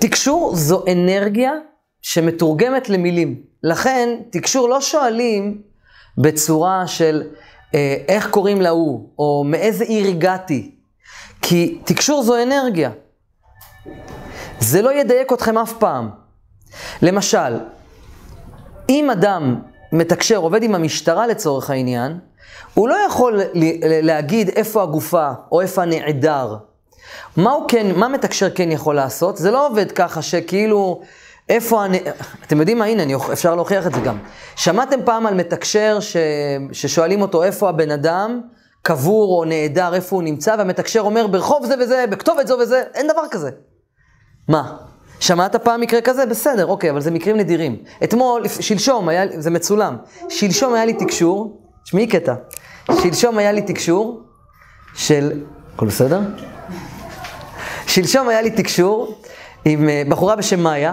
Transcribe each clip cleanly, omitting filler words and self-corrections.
תקשור זו אנרגיה שמתורגמת למילים. לכן, תקשור לא שואלים בצורה של איך קוראים להוא, או מאיזה עיר הגעתי. כי תקשור זו אנרגיה. זה לא ידייק אתכם אף פעם. למשל, אם אדם מתקשר, עובד עם המשטרה לצורך העניין, הוא לא יכול להגיד איפה הגופה או איפה הנעדר. מה מתקשר כן יכול לעשות? זה לא עובד ככה שכאילו, אתם יודעים מה? הנה, אפשר להוכיח את זה גם. שמעתם פעם על מתקשר ששואלים אותו איפה הבן אדם, קבור או נעדר, איפה הוא נמצא, והמתקשר אומר ברחוב זה וזה, בכתובת זו וזה, אין דבר כזה. מה? שמעת פעם מקרה כזה? בסדר, אוקיי, אבל זה מקרים נדירים. שלשום, זה מצולם, שלשום היה לי תקשור, שמי קטע, שלשום היה לי תקשור הכל בסדר? שלשום היה לי תקשור עם בחורה בשם מאיה,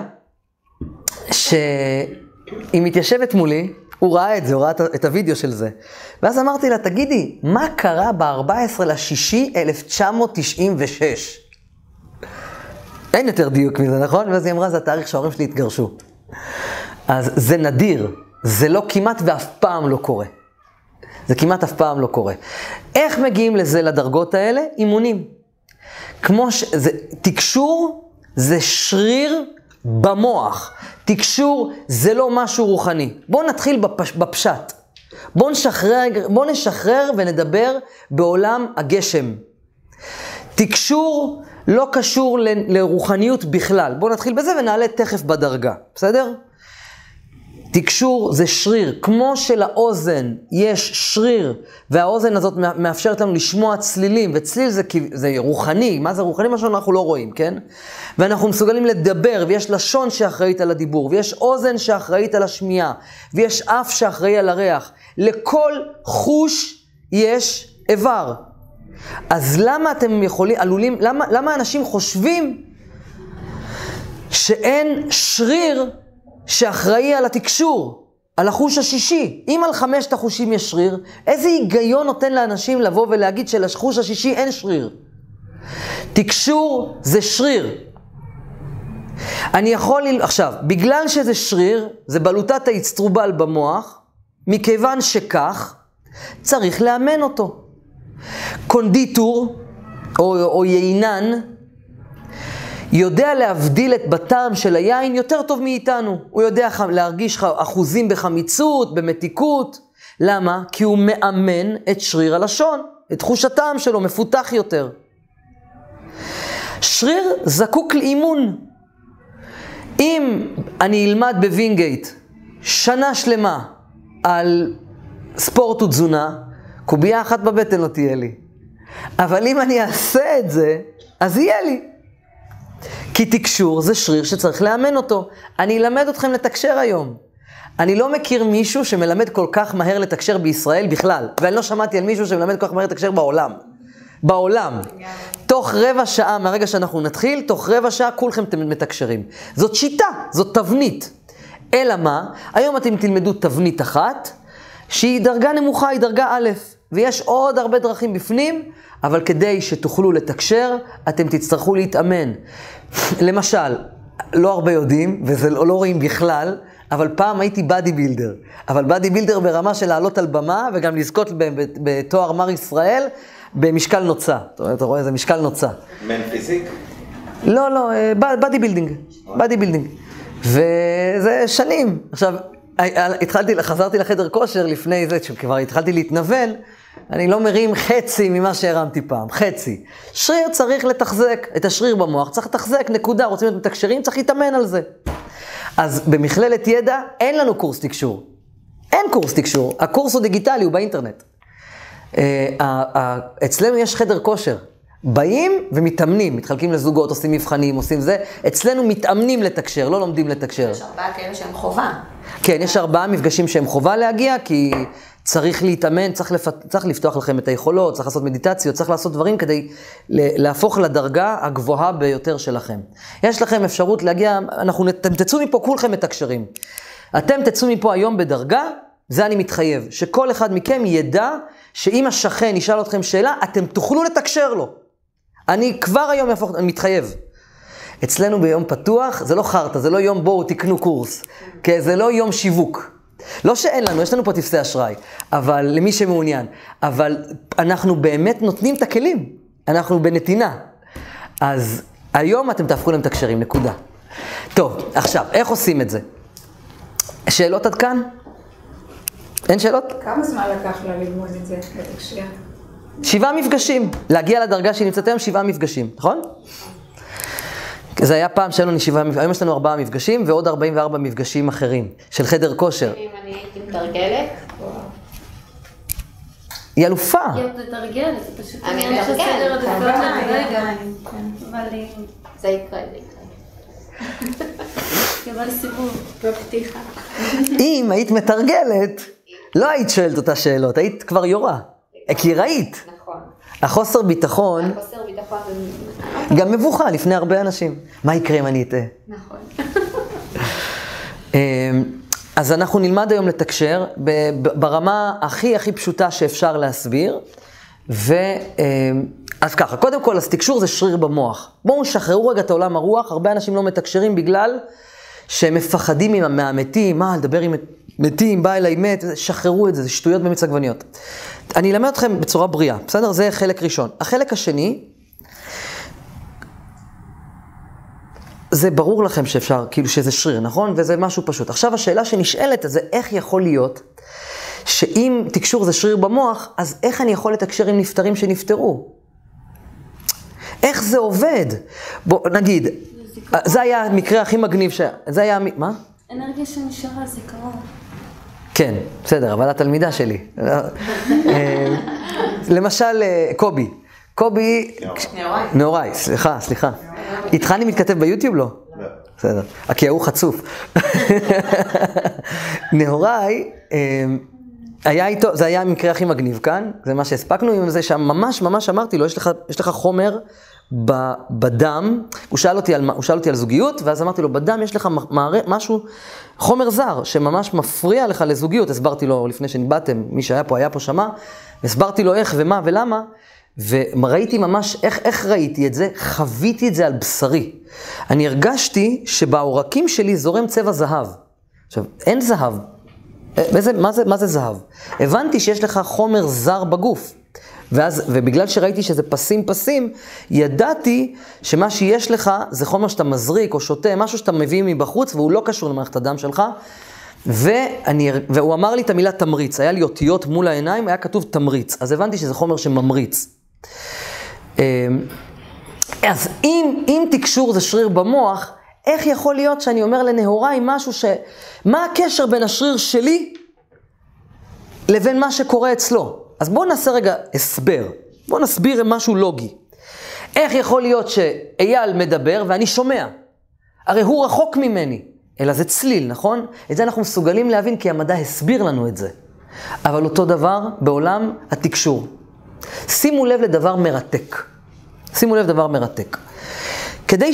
שהיא מתיישבת מולי, הוא ראה את זה, הוא ראה את הוידאו של זה. ואז אמרתי לה, תגידי, מה קרה ב-14/6/1996? אין יותר דיוק מזה, נכון? ואז היא אמרה, זה התאריך שההורים שלי התגרשו. אז זה נדיר, זה לא כמעט ואף פעם לא קורה. זה כמעט אף פעם לא קורה. איך מגיעים לזה, לדרגות האלה? אימונים. תקשור זה שריר במוח. תקשור זה לא משהו רוחני. בואו נתחיל בפשט. בואו נשחרר ונדבר בעולם הגשם. תקשור לא קשור לרוחניות בכלל. בואו נתחיל בזה ונעלה תכף בדרגה. בסדר? תקשור זה שריר. כמו שלאוזן יש שריר, והאוזן הזאת מאפשרת לנו לשמוע צלילים, וצליל זה רוחני. מה זה רוחני? מה שאנחנו לא רואים, כן? ואנחנו מסוגלים לדבר, ויש לשון שאחראית על הדיבור, ויש אוזן שאחראית על השמיעה, ויש אף שאחראי על הריח. לכל חוש יש איבר. אז למה אתם עלולים, למה אנשים חושבים שאין שריר שאחראי על התקשור, על החוש השישי? אם על 5 החושים יש שריר, איזה היגיון נותן לאנשים לבוא ולהגיד שלחוש השישי אין שריר? תקשור זה שריר. אני יכול, עכשיו, בגלל שזה שריר, זה בלוטת האצטרובל במוח, מכיוון שכך, צריך לאמן אותו. קונדיטור, או יינן, יודע להבדיל את בטעם של היין יותר טוב מאיתנו. הוא יודע להרגיש אחוזים בחמיצות, במתיקות. למה? כי הוא מאמן את שריר הלשון, את חוש הטעם שלו, מפותח יותר. שריר זקוק לאימון. אם אני אלמד בווינגייט שנה שלמה על ספורט ותזונה, קובייה אחת בבטן לא תהיה לי. אבל אם אני אעשה את זה, אז יהיה לי. כי תקשור זה שריר שצריך לאמן אותו. אני אלמד אתכם לתקשר היום. אני לא מכיר מישהו שמלמד כל כך מהר לתקשר בישראל בכלל. ואני לא שמעתי על מישהו שמלמד כל כך מהר לתקשר בעולם. בעולם. תוך רבע שעה, מהרגע שאנחנו נתחיל, תוך רבע שעה כולכם מתקשרים. זאת שיטה, זאת תבנית. אלא מה? היום אתם תלמדו תבנית אחת, שהיא דרגה נמוכה, היא דרגה א', ויש עוד הרבה דרכים בפנים, אבל כדי שתוכלו לתקשר, אתם תצטרכו להתאמן. למשל, לא הרבה יודעים, וזה לא רואים בכלל, אבל פעם הייתי בדי בילדר. אבל בדי בילדר ברמה של לעלות על במה, וגם לזכות בתואר מר ישראל, במשקל נוצה. אתה רואה, זה משקל נוצה. מן פיזיק? לא, בדי בילדינג. בדי בילדינג. וזה שנים. עכשיו, חזרתי לחדר כושר לפני זה, כשכבר התחלתי להתנוון, אני לא מרים חצי ממה שהרמתי פעם, חצי. שריר צריך לתחזק, את השריר במוח צריך לתחזק, נקודה, רוצים להיות מתקשרים, צריך להתאמן על זה. אז במכללת ידע אין לנו קורס תקשור. אין קורס תקשור, הקורס הוא דיגיטלי, הוא באינטרנט. אצלנו יש חדר כושר. באים ומתאמנים, מתחלקים לזוגות, עושים מבחנים, עושים זה. אצלנו מתאמנים לתקשר, לא לומדים לתקשר. יש 4 כאלה שהם חובה. כן, יש 4 מפגשים שהם חובה להגיע, כי צריך להתאמן, צריך לפתוח לכם את היכולות, צריך לעשות מדיטציות, צריך לעשות דברים כדי להפוך לדרגה הגבוהה ביותר שלכם. יש לכם אפשרות להגיע, אתם תצאו מפה כולכם מתקשרים. אתם תצאו מפה היום בדרגה, זה אני מתחייב, שכל אחד מכם ידע שאם השכן ישאל אתכם שאלה, אתם תוכלו לתקשר לו. אני כבר היום מתחייב. אצלנו ביום פתוח, זה לא חרטה, זה לא יום בואו תקנו קורס, כי זה לא יום שיווק. לא שאין לנו, יש לנו פה תפסי אשראי, אבל למי שמעוניין. אבל אנחנו באמת נותנים את הכלים, אנחנו בנתינה. אז היום אתם תהפכו להם את הקשרים, נקודה. טוב, עכשיו, איך עושים את זה? שאלות עד כאן? אין שאלות? כמה זמן לקח לה ללמוד את זה בתקשיר? 7 מפגשים. להגיע לדרגה שהיא נמצאת היום 7 מפגשים, נכון? זה היה פעם שהיינו לנו 7 מפגשים, היום יש לנו 4 מפגשים ועוד 44 מפגשים אחרים, של חדר כושר. אם אני הייתי מתרגלת? היא אלופה. היא מתרגלת, זה פשוט אני עניין של סדר עדיפויות לרגע. אבל זה יקרה, זה יקרה. קיבל סיבוב. בפתיחה. אם היית מתרגלת, לא היית שואלת אותה שאלות, היית כבר יורה. כי ראית. נכון. החוסר ביטחון, חוסר ביטחון גם מבוכה לפני הרבה אנשים. מה יקרה אם אני אטעה? נכון. אז אנחנו נלמד היום לתקשר ברמה הכי פשוטה שאפשר להסביר. אז ככה, קודם כל, אז תקשור זה שריר במוח. בואו נשחררו רגע את העולם הרוח, הרבה אנשים לא מתקשרים בגלל שהם מפחדים מהמתים, לדבר עם מתים, בא אליי מת, שחררו את זה, זה שטויות במיץ עגבניות. אני אלמד אתכם בצורה בריאה, בסדר? זה חלק ראשון. החלק השני, זה ברור לכם שאפשר, כאילו שזה שריר, נכון? וזה משהו פשוט. עכשיו השאלה שנשאלת, זה איך יכול להיות שאם תקשור זה שריר במוח, אז איך אני יכול לתקשר עם נפטרים שנפטרו? איך זה עובד? בוא נגיד, זה היה המקרה הכי מגניב זה היה, מה? אנרגיה שנשארה, זיכרון. כן, בסדר, אבל התלמידה שלי. למשל, קובי, נאורי, סליחה. איתך אני מתכתב ביוטיוב? לא? לא. בסדר, כי הוא חצוף. נאורי, היה איתו, זה היה המקרה הכי מגניב כאן, זה מה שהספקנו עם זה, שממש אמרתי לו, יש לך חומר בדם, הוא שאל אותי על זוגיות, ואז אמרתי לו, בדם יש לך משהו, חומר זר, שממש מפריע לך לזוגיות, הסברתי לו לפני שנבאתם, מי שהיה פה היה פה שמה, הסברתי לו איך ומה ולמה, וראיתי ממש, איך ראיתי את זה, חוויתי את זה על בשרי. אני הרגשתי שבעורקים שלי זורם צבע זהב. עכשיו, אין זהב. מה זה זהב? הבנתי שיש לך חומר זר בגוף. ובגלל שראיתי שזה פסים, ידעתי שמה שיש לך זה חומר שאתה מזריק או שותה, משהו שאתה מביא מבחוץ והוא לא קשור למערכת הדם שלך. והוא אמר לי את המילה תמריץ, היה לי אותיות מול העיניים, היה כתוב תמריץ. אז הבנתי שזה חומר שממריץ. אז אם תקשור זה שריר במוח, איך יכול להיות שאני אומר לנהוראי משהו מה הקשר בין השריר שלי לבין מה שקורה אצלו? אז בואו נעשה רגע הסבר. בואו נסביר משהו לוגי. איך יכול להיות שאייל מדבר ואני שומע? הרי הוא רחוק ממני. אלא זה צליל, נכון? את זה אנחנו מסוגלים להבין כי המדע הסביר לנו את זה. אבל אותו דבר בעולם התקשור. שימו לב לדבר מרתק. כדי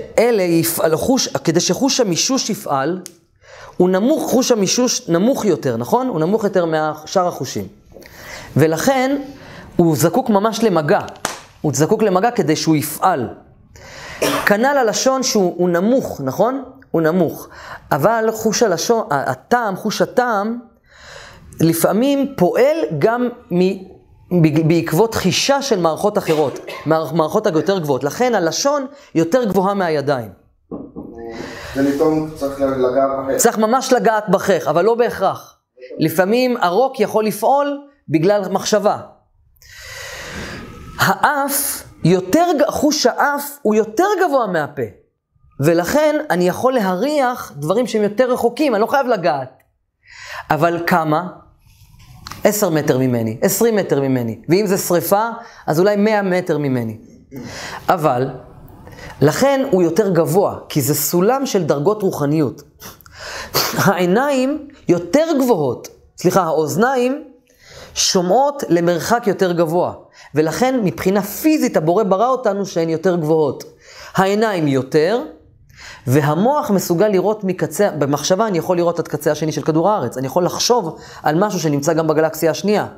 שחוש המישוש יפעל, חוש המישוש נמוך יותר, נכון? הוא נמוך יותר מהשאר החושים. ולכן הוא זקוק ממש למגע. הוא זקוק למגע כדי שהוא יפעל. כנ"ל הלשון שהוא נמוך, נכון? הוא נמוך. אבל חוש הטעם, לפעמים פועל גם בעקבות חישה של מערכות אחרות, מערכות היותר גבוהות. לכן הלשון יותר גבוהה מהידיים. ולפעמים צריך לגעת בחך. צריך ממש לגעת בחך, אבל לא בהכרח. לפעמים הרוק יכול לפעול בגלל מחשבה. חוש האף הוא יותר גבוה מהפה. ולכן אני יכול להריח דברים שהם יותר רחוקים, אני לא חייב לגעת. אבל כמה? 10 מטר ממני, 20 מטר ממני. ואם זה שריפה, אז אולי 100 מטר ממני. אבל, לכן הוא יותר גבוה, כי זה סולם של דרגות רוחניות. העיניים יותר גבוהות, האוזניים שומעות למרחק יותר גבוה. ולכן מבחינה פיזית הבורא ברא אותנו שהן יותר גבוהות. העיניים יותר, והמוח מסוגל לראות מקצה, במחשבה אני יכול לראות את קצה השני של כדור הארץ, אני יכול לחשוב על משהו שנמצא גם בגלקסיה השנייה.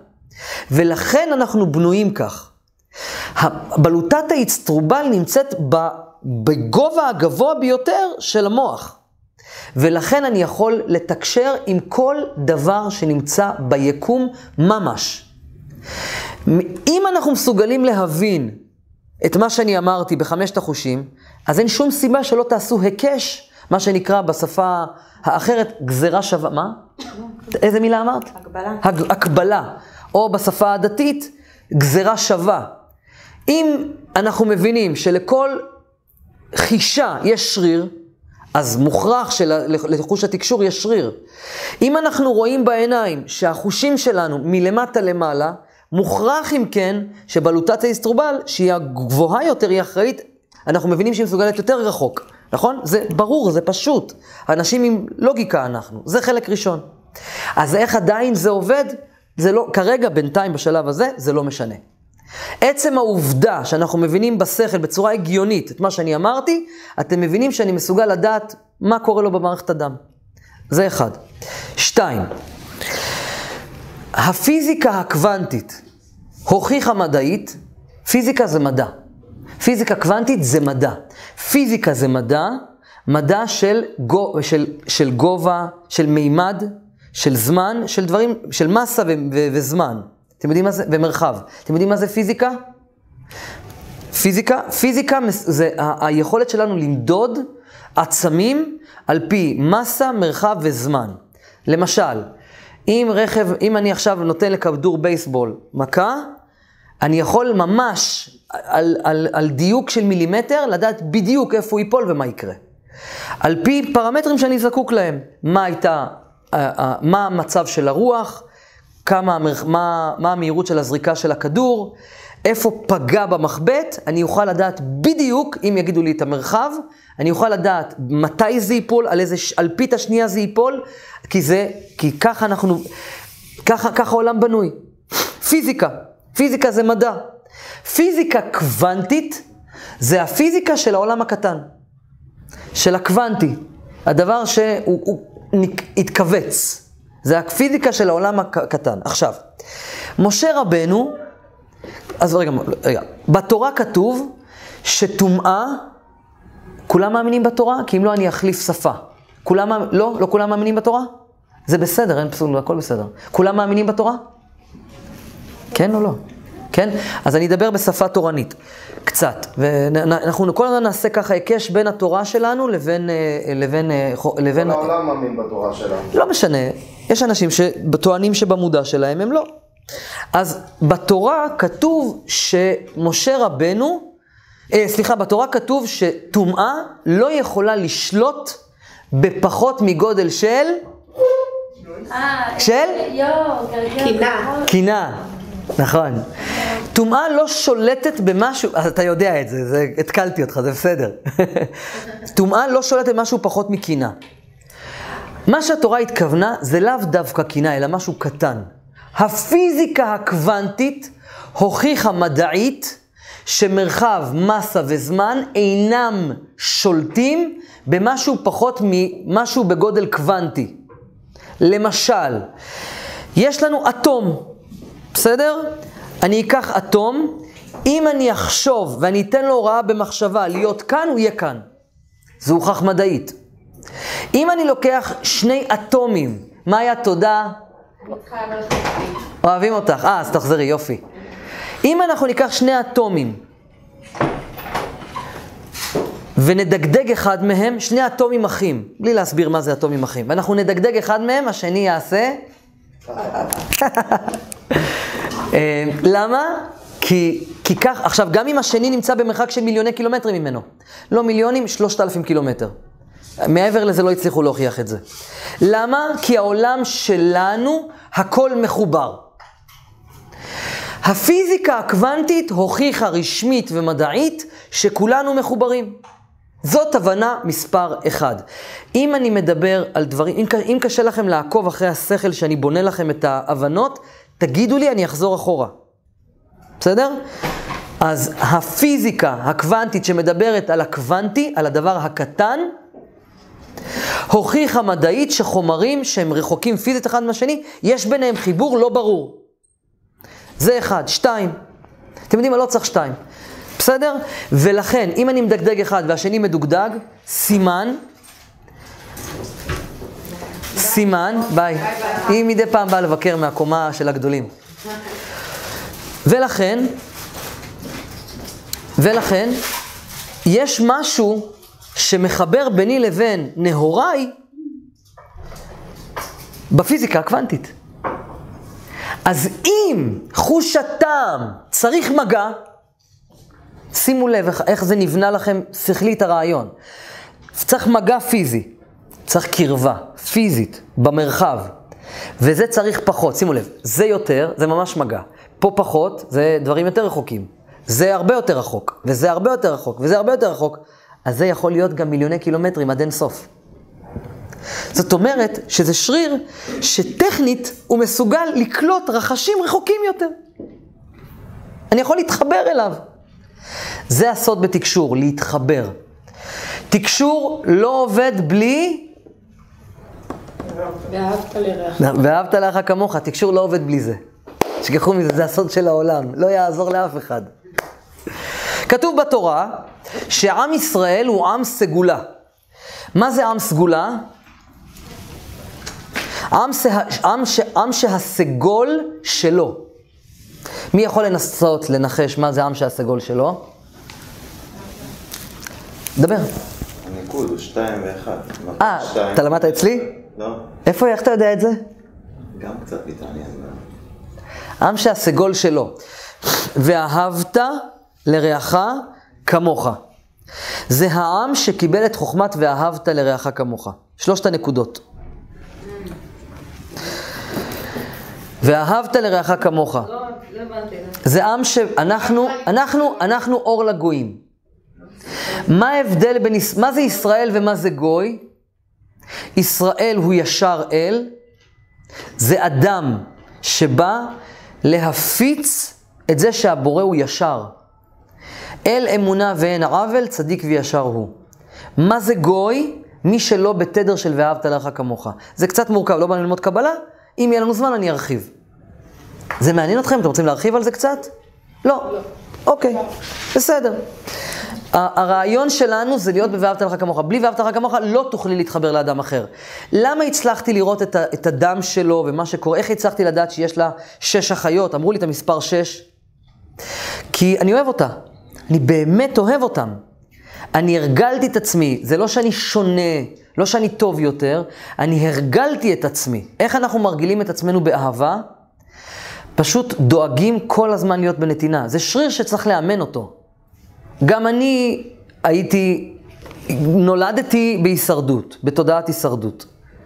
ולכן אנחנו בנויים כך. בלוטת האצטרובל נמצאת בגובה הגבוה ביותר של המוח. ולכן אני יכול לתקשר עם כל דבר שנמצא ביקום ממש. אם אנחנו מסוגלים להבין את מה שאני אמרתי בחמשת החושים, אז אין שום סיבה שלא תעשו היקש, מה שנקרא בשפה האחרת, גזרה שווה. מה? איזה מילה אמרת? הגבלה. הקבלה. או בשפה הדתית, גזרה שווה. אם אנחנו מבינים שלכל חישה יש שריר, אז מוכרח שלחוש התקשור יש שריר. אם אנחנו רואים בעיניים שהחושים שלנו מלמטה למעלה, מוכרח אם כן שבלוטת האסטרובל, שהיא הגבוהה יותר, היא אחראית, אנחנו מבינים שהיא מסוגלת יותר רחוק. נכון? זה ברור, זה פשוט. אנשים עם לוגיקה אנחנו. זה חלק ראשון. אז איך עדיין זה עובד? זה לא, כרגע, בינתיים, בשלב הזה, זה לא משנה. עצם העובדה שאנחנו מבינים בשכל בצורה הגיונית את מה שאני אמרתי, אתם מבינים שאני מסוגל לדעת מה קורה לו במערכת הדם. זה אחד. 2. הפיזיקה הקוונטית הוכיחה מדעית, פיזיקה זה מדע. פיזיקה קוונטית זה מדע. פיזיקה זה מדע, מדע של גובה, של מימד, של זמן, של דברים, של מסה וזמן. אתם יודעים מה זה? ומרחב. אתם יודעים מה זה פיזיקה? פיזיקה זה היכולת שלנו למדוד עצמים על פי מסה, מרחב וזמן. למשל, אם אני עכשיו נותן לכדור בייסבול מכה, אני יכול ממש על דיוק של מילימטר לדעת בדיוק איפה הוא ייפול ומה יקרה. על פי פרמטרים שאני זקוק להם. מה המצב של הרוח, מה המהירות של הזריקה של הכדור, איפה פגע במחבט, אני אוכל לדעת בדיוק, אם יגידו לי את המרחב, אני אוכל לדעת מתי זה ייפול, על פית השנייה זה ייפול, כי ככה העולם בנוי. פיזיקה זה מדע. פיזיקה קוונטית זה הפיזיקה של העולם הקטן, של הקוונטי, הדבר שהוא התכווץ. זה הפיזיקה של העולם הקטן. עכשיו, משה רבנו, אז רגע, בתורה כתוב שטומאה, כולם מאמינים בתורה? כי אם לא אני אחליף שפה. לא כולם מאמינים בתורה? זה בסדר, אין פסול, הכל בסדר. כולם מאמינים בתורה? כן או לא? כן? אז אני אדבר בשפה תורנית, קצת. ואנחנו כל הזמן נעשה ככה היקש בין התורה שלנו לבין כל העולם מאמין בתורה שלנו. לא משנה, יש אנשים שטוענים שבמודע שלהם הם לא. אז בתורה כתוב שמשה רבנו, בתורה כתוב שטומאה לא יכולה לשלוט בפחות מגודל של קינה. נכון. טומאה לא שולטת במשהו, אז אתה יודע את זה, התקלתי אותך, זה בסדר. טומאה לא שולטת במשהו פחות מקינה. מה שהתורה התכוונה זה לאו דווקא קינה, אלא משהו קטן. הפיזיקה הקוונטית הוכיחה מדעית שמרחב, מסה וזמן אינם שולטים במשהו פחות ממשהו בגודל קוונטי. למשל, יש לנו אטום, בסדר? אני אקח אטום, אם אני אחשוב ואני אתן לו הוראה במחשבה להיות כאן, הוא יהיה כאן. זה הוכח מדעית. אם אני לוקח שני אטומים, מה היה תודה? אוהבים אותך. אז תחזרי, יופי. אם אנחנו ניקח שני אטומים ונדגדג אחד מהם, שני אטומים אחים, בלי להסביר מה זה אטומים אחים, ואנחנו נדגדג אחד מהם, השני יעשה למה? כי כך, עכשיו גם אם השני נמצא במרחק של מיליוני קילומטרים ממנו, לא מיליונים, 3,000 קילומטר. מעבר לזה לא הצליחו להוכיח את זה. למה? כי העולם שלנו הכל מחובר. הפיזיקה הקוונטית הוכיחה רשמית ומדעית שכולנו מחוברים. זאת הבנה מספר 1. אם אני מדבר על דברים, אם קשה לכם לעקוב אחרי השכל שאני בונה לכם את ההבנות, תגידו לי, אני אחזור אחורה. בסדר? אז הפיזיקה הקוונטית שמדברת על הקוונטי, על הדבר הקטן, הוכיחה מדעית שחומרים שהם רחוקים פיזית אחד מהשני, יש ביניהם חיבור לא ברור. זה 1. 2. אתם יודעים מה? לא צריך 2. בסדר? ולכן, אם אני מדגדג אחד והשני מדוגדג, סימן, ביי. היא מדי פעם באה לבקר מהקומה של הגדולים. ולכן, יש משהו שמחבר ביני לבין נהוריי בפיזיקה הקוונטית. אז אם חוש הטעם צריך מגע, שימו לב איך זה נבנה לכם שכלית הרעיון. צריך מגע פיזי, צריך קרבה פיזית במרחב, וזה צריך פחות. שימו לב, זה יותר, זה ממש מגע. פה פחות, זה דברים יותר רחוקים. זה הרבה יותר רחוק, וזה הרבה יותר רחוק, וזה הרבה יותר רחוק. אז זה יכול להיות גם מיליוני קילומטרים עד אין סוף. זאת אומרת שזה שריר שטכנית הוא מסוגל לקלוט רחשים רחוקים יותר. אני יכול להתחבר אליו. זה הסוד בתקשור, להתחבר. תקשור לא עובד בלי... ואהבת לרעך. ואהבת לרעך כמוך, תקשור לא עובד בלי זה. שכחו מזה, זה הסוד של העולם, לא יעזור לאף אחד. כתוב בתורה שעם ישראל הוא עם סגולה. מה זה עם סגולה? עם שהסגול שלו. מי יכול לנסות לנחש מה זה עם שהסגול שלו? דבר. הניקוד הוא 2 ו-1. אתה למדת אצלי? לא. איפה, איך אתה יודע את זה? גם קצת מתעניין. עם שהסגול שלו. ואהבת לרעך כמוך. זה העם שקיבל את חוכמת ואהבת לרעך כמוך. 3 הנקודות. ואהבת לרעך כמוך. לא הבנתי. זה עם שאנחנו אור לגויים. מה ההבדל בין, מה זה ישראל ומה זה גוי? ישראל הוא ישר אל. זה אדם שבא להפיץ את זה שהבורא הוא ישר. אל אמונה ואין עוול, צדיק וישר הוא. מה זה גוי? מי שלא בתדר של ואהבת לרעך כמוך. זה קצת מורכב, לא באנו ללמוד קבלה. אם יהיה לנו זמן אני ארחיב. זה מעניין אתכם? אתם רוצים להרחיב על זה קצת? לא. אוקיי, בסדר. הרעיון שלנו זה להיות ב"ואהבת לרעך כמוך". בלי "ואהבת לרעך כמוך" לא תוכלי להתחבר לאדם אחר. למה הצלחתי לראות את הדם שלו ומה שקורה? איך הצלחתי לדעת שיש לה 6 אחיות? אמרו לי את המספר 6. כי אני אוהב אותה. אני באמת אוהב אותם. אני הרגלתי את עצמי. זה לא שאני שונה, לא שאני טוב יותר. אני הרגלתי את עצמי. איך אנחנו מרגילים את עצמנו באהבה? פשוט דואגים כל הזמן להיות בנתינה. זה שריר שצריך לאמן אותו. גם אני נולדתי בהישרדות, בתודעת הישרדות.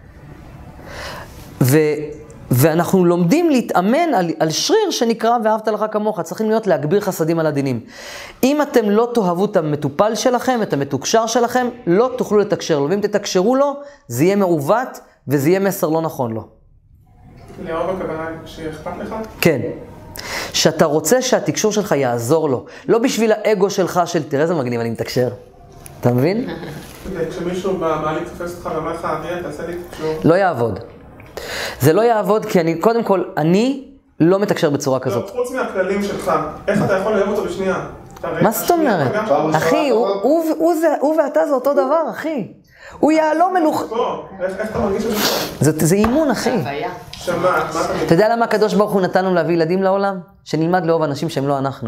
ואנחנו לומדים להתאמן על שריר שנקרא ואהבת לרעך כמוך. צריכים להגביר חסדים על הדינים. אם אתם לא תאהבו את המטופל שלכם, את המתוקשר שלכם, לא תוכלו לתקשר לו. ואם תתקשרו לו, זה יהיה מעוות וזה יהיה מסר לא נכון לו. לאהוב הכוונה שאכפת לך? כן. שאתה רוצה שהתקשור שלך יעזור לו. לא בשביל האגו שלך של תראה איזה מגניב אני מתקשר. אתה מבין? כשמישהו במעלית תופס אותך ואומר לך, אביאל, תעשה לי תקשור. לא יעבוד. זה לא יעבוד כי קודם כל, אני לא מתקשר בצורה כזאת. חוץ מהכללים שלך, איך אתה יכול לאהוב אותו בשנייה? מה זאת אומרת? אחי, הוא ואתה זה אותו דבר, אחי. הוא יעלום מלוך... איך אתה מרגיש את זה? זה אימון, אחי. שמה? אתה יודע למה הקדוש ברוך הוא נתנו להביא ילדים לעולם? שנלמד לאהוב אנשים שהם לא אנחנו.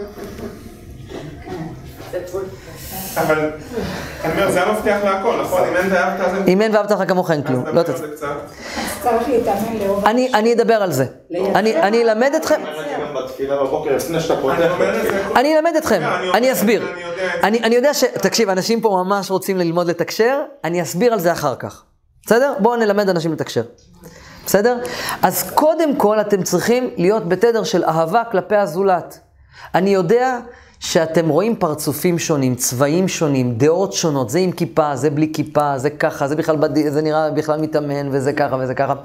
אבל, אני אומר, זה המבטיח להכל, נכון? אם אין ואהבת אז... אם אין ואהבת לרעך כמוך אין כלום. לא תצא. אז צריך להתאמן לאהוב. אני אדבר על זה. אני אלמד אתכם. בתפילה בבוקר, לפני שאתה פותח. אני אלמד אתכם. אני אסביר. אני יודע תקשיב, אנשים פה ממש רוצים ללמוד לתקשר, אני אסביר על זה אחר כך. בסדר? בואו נלמד אנשים לתקשר. בסדר? אז קודם כל אתם צריכים להיות בתדר של אהבה כלפי הזולת. אני יודע שאתם רואים פרצופים שונים, צבעים שונים, דעות שונות, זה עם כיפה, זה בלי כיפה, זה ככה, זה נראה בכלל מתאמן, וזה ככה וזה ככה.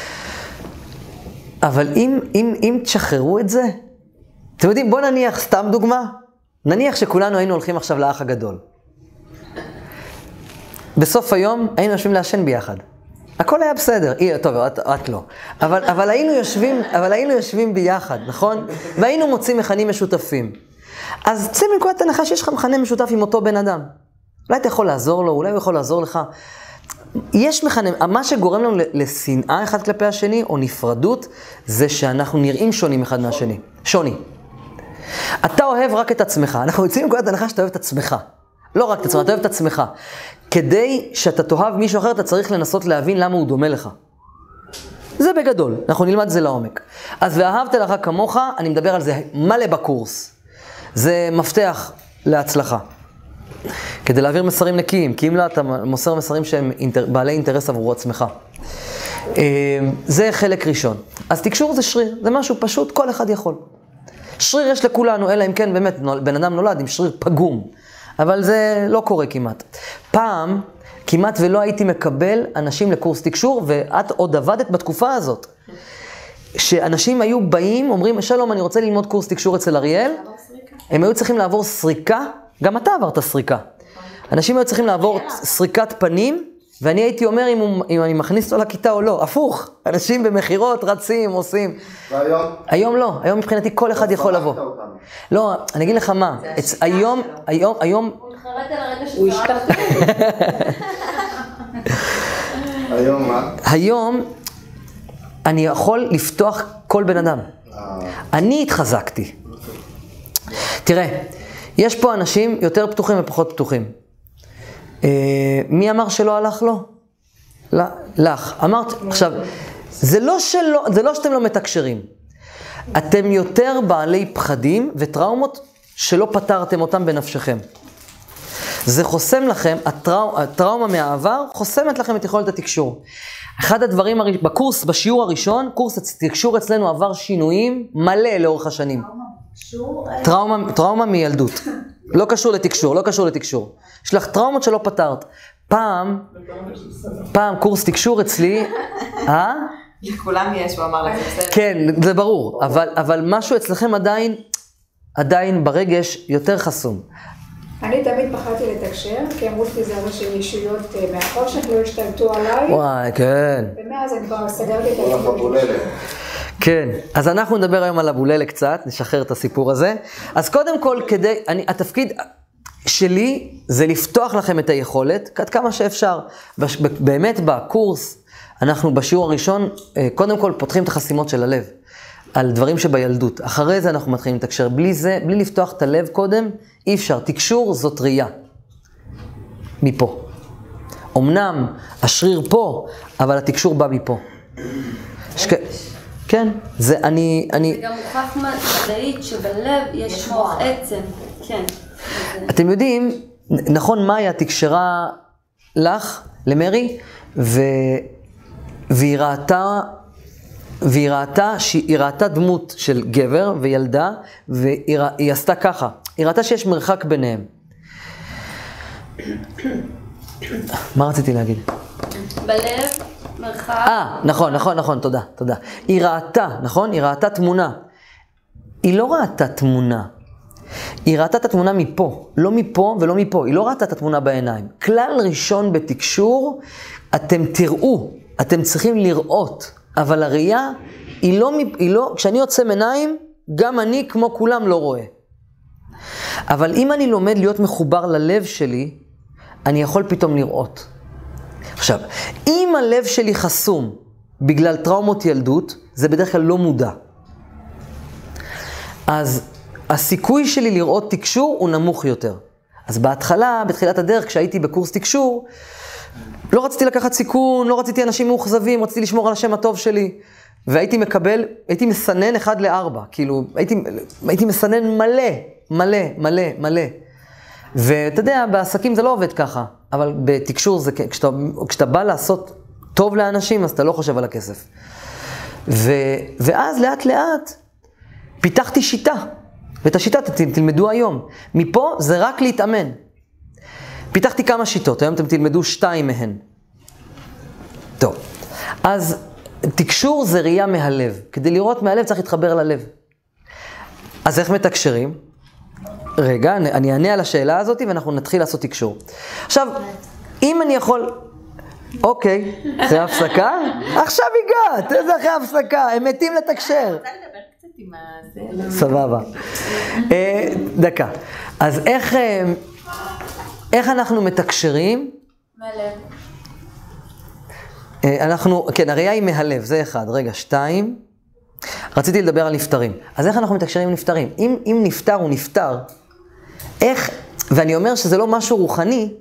אבל אם תשחררו את זה, אתם יודעים, בוא נניח, סתם דוגמה, נניח שכולנו היינו הולכים עכשיו לאח הגדול. בסוף היום היינו יושבים לעשן ביחד. הכל היה בסדר. טוב, את לא. אבל היינו יושבים ביחד, נכון? והיינו מוצאים מכנים משותפים. אז צא מנקודת הנחה שיש לך מכנה משותף עם אותו בן אדם. אולי אתה יכול לעזור לו, אולי הוא יכול לעזור לך. יש מכנה, מה שגורם לנו לשנאה אחד כלפי השני, או נפרדות, זה שאנחנו נראים שונים אחד מהשני. שוני. אתה אוהב רק את עצמך. אנחנו יוצאים מנקודת הנחה שאתה אוהב את עצמך. לא רק את עצמך, אתה אוהב את עצמך. כדי שאתה תאהב מישהו אחר, אתה צריך לנסות להבין למה הוא דומה לך. זה בגדול, אנחנו נלמד את זה לעומק. אז ואהבת לך כמוך, אני מדבר על זה מלא בקורס. זה מפתח להצלחה. כדי להעביר מסרים נקיים, כי אם לא, אתה מוסר מסרים שהם בעלי אינטרס עבור עצמך. זה חלק ראשון. אז תקשור זה שריר, זה משהו פשוט, כל אחד יכול. שריר יש לכולנו, אלא אם כן באמת, בן אדם נולד עם שריר פגום. אבל זה לא קורה כמעט. פעם, כמעט ולא הייתי מקבל אנשים לקורס תקשור, ואת עוד עבדת בתקופה הזאת. שאנשים היו באים, אומרים, שלום, אני רוצה ללמוד קורס תקשור אצל אריאל. הם היו צריכים לעבור סריקה, גם אתה עברת סריקה. אנשים היו צריכים לעבור סריקת פנים, ואני הייתי אומר אם אני מכניס אותו לכיתה או לא. הפוך, אנשים במחירות רצים, עושים. והיום? היום לא, היום מבחינתי כל אחד יכול לבוא. לא, אני אגיד לך מה, היום, הוא חרט על הרגע הוא השתחרר. היום מה? היום אני יכול לפתוח כל בן אדם. אני התחזקתי. תראה, יש פה אנשים יותר פתוחים ופחות פתוחים. מי אמר שלא הלך לו? לך. אמרת, עכשיו, זה לא שאתם לא מתקשרים. אתם יותר בעלי פחדים וטראומות שלא פתרתם אותם בנפשכם. זה חוסם לכם, הטראומה מהעבר חוסמת לכם את יכולת התקשור. אחד הדברים בקורס, בשיעור הראשון, קורס התקשור אצלנו עבר שינויים מלא לאורך השנים. טראומה מילדות. לא קשור לתקשור. יש לך טראומות שלא פתרת. פעם קורס תקשור אצלי, לכולם יש, הוא אמר לך, בסדר. כן, זה ברור, אבל משהו אצלכם עדיין ברגש יותר חסום. אני תמיד פחדתי לתקשר, כי אמרו לי זה הרי של ישויות מהחושך, לא השתלטו עליי. וואי, כן. ומאז אני כבר סגרתי את כל עצמי. החבוללת. כן, אז אנחנו נדבר היום על הבוללה קצת, נשחרר את הסיפור הזה. אז קודם כל, התפקיד שלי זה לפתוח לכם את היכולת, עד כמה שאפשר. באמת בקורס, אנחנו בשיעור הראשון, קודם כל פותחים את החסימות של הלב, על דברים שבילדות. אחרי זה אנחנו מתחילים לתקשר. בלי לפתוח את הלב קודם, אי אפשר. תקשור זאת ראייה. מפה. אמנם השריר פה, אבל התקשור בא מפה. כן, זה אני... זה גם מוכח מדעית שבלב יש מוח עצם, כן. אתם יודעים, נכון, מאיה תקשרה לך, למרי, והיא ראתה דמות של גבר וילדה, והיא עשתה ככה. היא ראתה שיש מרחק ביניהם. מה רציתי להגיד? בלב, מרחק. נכון, תודה. היא ראתה, נכון? היא ראתה תמונה. היא לא ראתה תמונה. היא ראתה את התמונה מפה, לא מפה ולא מפה. היא לא ראתה את התמונה בעיניים. כלל ראשון בתקשור, אתם תראו, אתם צריכים לראות, אבל הראייה היא לא, כשאני יוצא מעיניים, גם אני כמו כולם לא רואה. אבל אם אני לומד להיות מחובר ללב שלי, אני יכול פתאום לראות. עכשיו, אם הלב שלי חסום בגלל טראומות ילדות, זה בדרך כלל לא מודע. אז הסיכוי שלי לראות תקשור הוא נמוך יותר. אז בהתחלה, בתחילת הדרך, כשהייתי בקורס תקשור, לא רציתי לקחת סיכון, לא רציתי אנשים מאוכזבים, רציתי לשמור על השם הטוב שלי. והייתי הייתי מסנן 1-4, כאילו, הייתי מסנן מלא. ואתה יודע, בעסקים זה לא עובד ככה, אבל בתקשור זה, כשאתה בא לעשות טוב לאנשים, אז אתה לא חושב על הכסף. ואז לאט לאט פיתחתי שיטה, ואת השיטה תלמדו היום. מפה זה רק להתאמן. פיתחתי כמה שיטות, היום אתם תלמדו 2 מהן. טוב, אז תקשור זה ראייה מהלב. כדי לראות מהלב צריך להתחבר ללב. אז איך מתקשרים? רגע, אני אענה על השאלה הזאת ואנחנו נתחיל לעשות תקשור. עכשיו, אם אני יכול... אוקיי, אחרי הפסקה? עכשיו הגעת, איזה אחרי הפסקה, הם מתים לתקשר. רוצה לדבר קצת עם הזה. סבבה. דקה. אז איך אנחנו מתקשרים? מהלב. כן, הראייה היא מהלב, זה אחד. רגע, 2. רציתי לדבר על נפטרים. אז איך אנחנו מתקשרים עם נפטרים? אם נפטר הוא נפטר, איך, ואני אומר שזה לא משהו רוחני,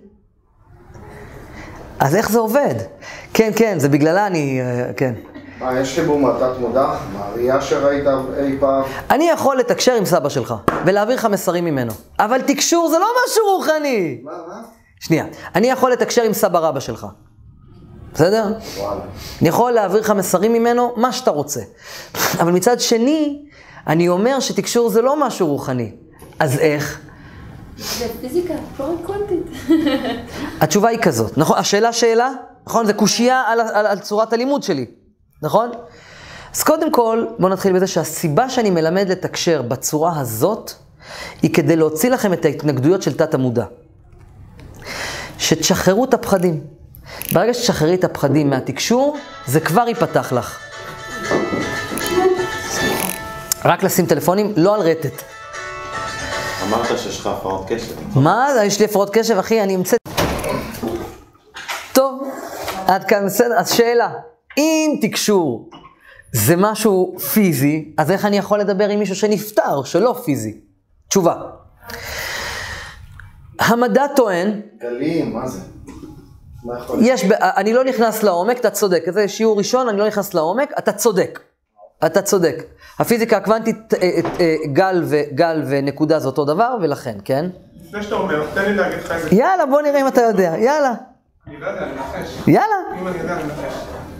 אז איך זה עובד? כן, זה בגללה כן. מה, יש חיבור מהתת מודע? מהראייה שראית אי פעם? אני יכול לתקשר עם סבא שלך, ולהעביר לך מסרים ממנו. אבל תקשור זה לא משהו רוחני. מה? שנייה, אני יכול לתקשר עם סבא רבא שלך. בסדר? וואלה. אני יכול להעביר לך מסרים ממנו, מה שאתה רוצה. אבל מצד שני, אני אומר שתקשור זה לא משהו רוחני. אז איך? זה פיזיקה, קוונטית. התשובה היא כזאת, נכון? השאלה שאלה, נכון? זה קושייה על צורת הלימוד שלי, נכון? אז קודם כל, בואו נתחיל בזה שהסיבה שאני מלמד לתקשר בצורה הזאת, היא כדי להוציא לכם את ההתנגדויות של תת המודע. שתשחררו את הפחדים. ברגע שתשחררי את הפחדים מהתקשור, זה כבר ייפתח לך. רק לשים טלפונים, לא על רטט. אמרת שיש לך הפרעות קשב. מה? יש לי הפרעות קשב, אחי, אני אמצא. טוב, עד כאן בסדר. אז שאלה, אם תקשור זה משהו פיזי, אז איך אני יכול לדבר עם מישהו שנפטר, שלא פיזי? תשובה. המדע טוען... גלים, מה זה? מה יכול אני לא נכנס לעומק, אתה צודק. זה שיעור ראשון, אני לא נכנס לעומק, אתה צודק. אתה צודק. הפיזיקה הקוונטית, גל ונקודה זה אותו דבר, ולכן, כן? לפני שאתה אומר, תן לי להגיד לך איזה... יאללה, בוא נראה אם אתה יודע. יאללה. אני לא יודע, אני מנחש. יאללה. אם אני יודע, אני מנחש.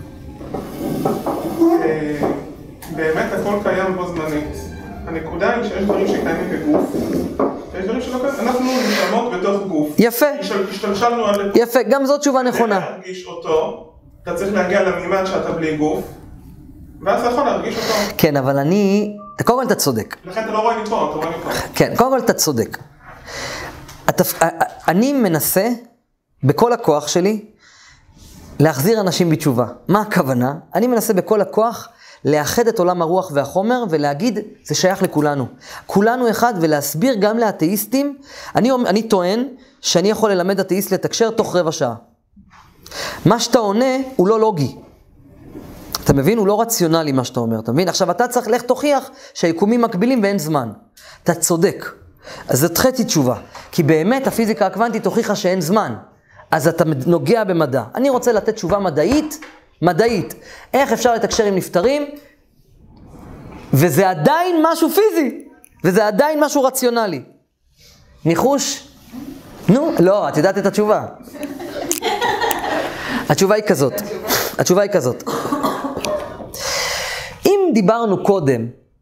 באמת הכל קיים בו זמנית. הנקודה היא שיש דברים שקיימים בגוף, ויש דברים שלא קיימים. אנחנו נשמות בתוך גוף. יפה. השתלשלנו על... יפה, גם זאת תשובה נכונה. להרגיש אותו, אתה צריך להגיע למימד שאתה בלי גוף, ואז אתה יכול להרגיש אותו. כן, אבל קודם כל אתה צודק. לכן אתה לא רואה לי פה, אתה רואה לי פה. כן, קודם כל אתה צודק. אני מנסה, בכל הכוח שלי, להחזיר אנשים בתשובה. מה הכוונה? אני מנסה בכל הכוח לאחד את עולם הרוח והחומר ולהגיד, זה שייך לכולנו. כולנו אחד, ולהסביר גם לאתאיסטים. אני טוען שאני יכול ללמד אתאיסט לתקשר תוך רבע שעה. מה שאתה עונה הוא לא לוגי. אתה מבין? הוא לא רציונלי מה שאתה אומר, אתה מבין? עכשיו אתה צריך לך תוכיח שהיקומים מקבילים ואין זמן. אתה צודק. אז זאת חצי תשובה. כי באמת הפיזיקה הקוונטית הוכיחה שאין זמן. אז אתה נוגע במדע. אני רוצה לתת תשובה מדעית. איך אפשר לתקשר עם נפטרים? וזה עדיין משהו פיזי. וזה עדיין משהו רציונלי. ניחוש? נו, לא, את יודעת את התשובה. התשובה היא כזאת. אם דיברנו קודם,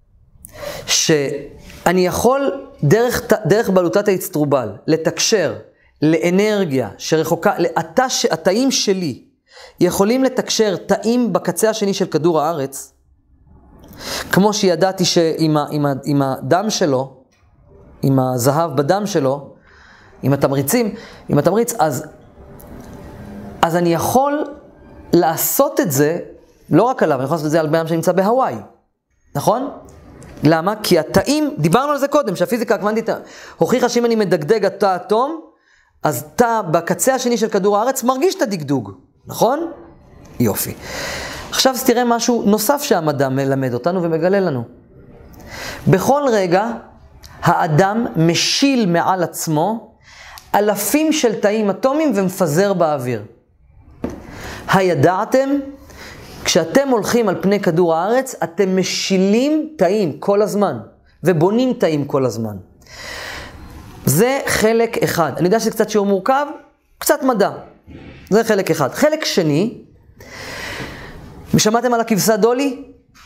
שאני יכול דרך בלוטת האצטרובל לתקשר לאנרגיה שרחוקה, התאים שלי יכולים לתקשר תאים בקצה השני של כדור הארץ, כמו שידעתי שעם הדם שלו, עם הזהב בדם שלו, עם התמריץ, אז אני יכול לעשות את זה, לא רק עליו, אני יכול לעשות את זה על בן שנמצא בהוואי, נכון? למה? כי התאים, דיברנו על זה קודם, שהפיזיקה הקוונטית הוכיחה שאם אני מדגדג את תא אטום, אז תא בקצה השני של כדור הארץ מרגיש את הדגדוג, נכון? יופי. עכשיו תראה משהו נוסף שהמדע מלמד אותנו ומגלה לנו. בכל רגע, האדם משיל מעל עצמו אלפים של תאים אטומיים ומפזר באוויר. הידעתם? כשאתם הולכים על פני כדור הארץ, אתם משילים תאים כל הזמן, ובונים תאים כל הזמן. זה חלק אחד. אני יודע שזה קצת שיעור מורכב, קצת מדע. זה חלק אחד. חלק שני, שמעתם על הכבשה דולי?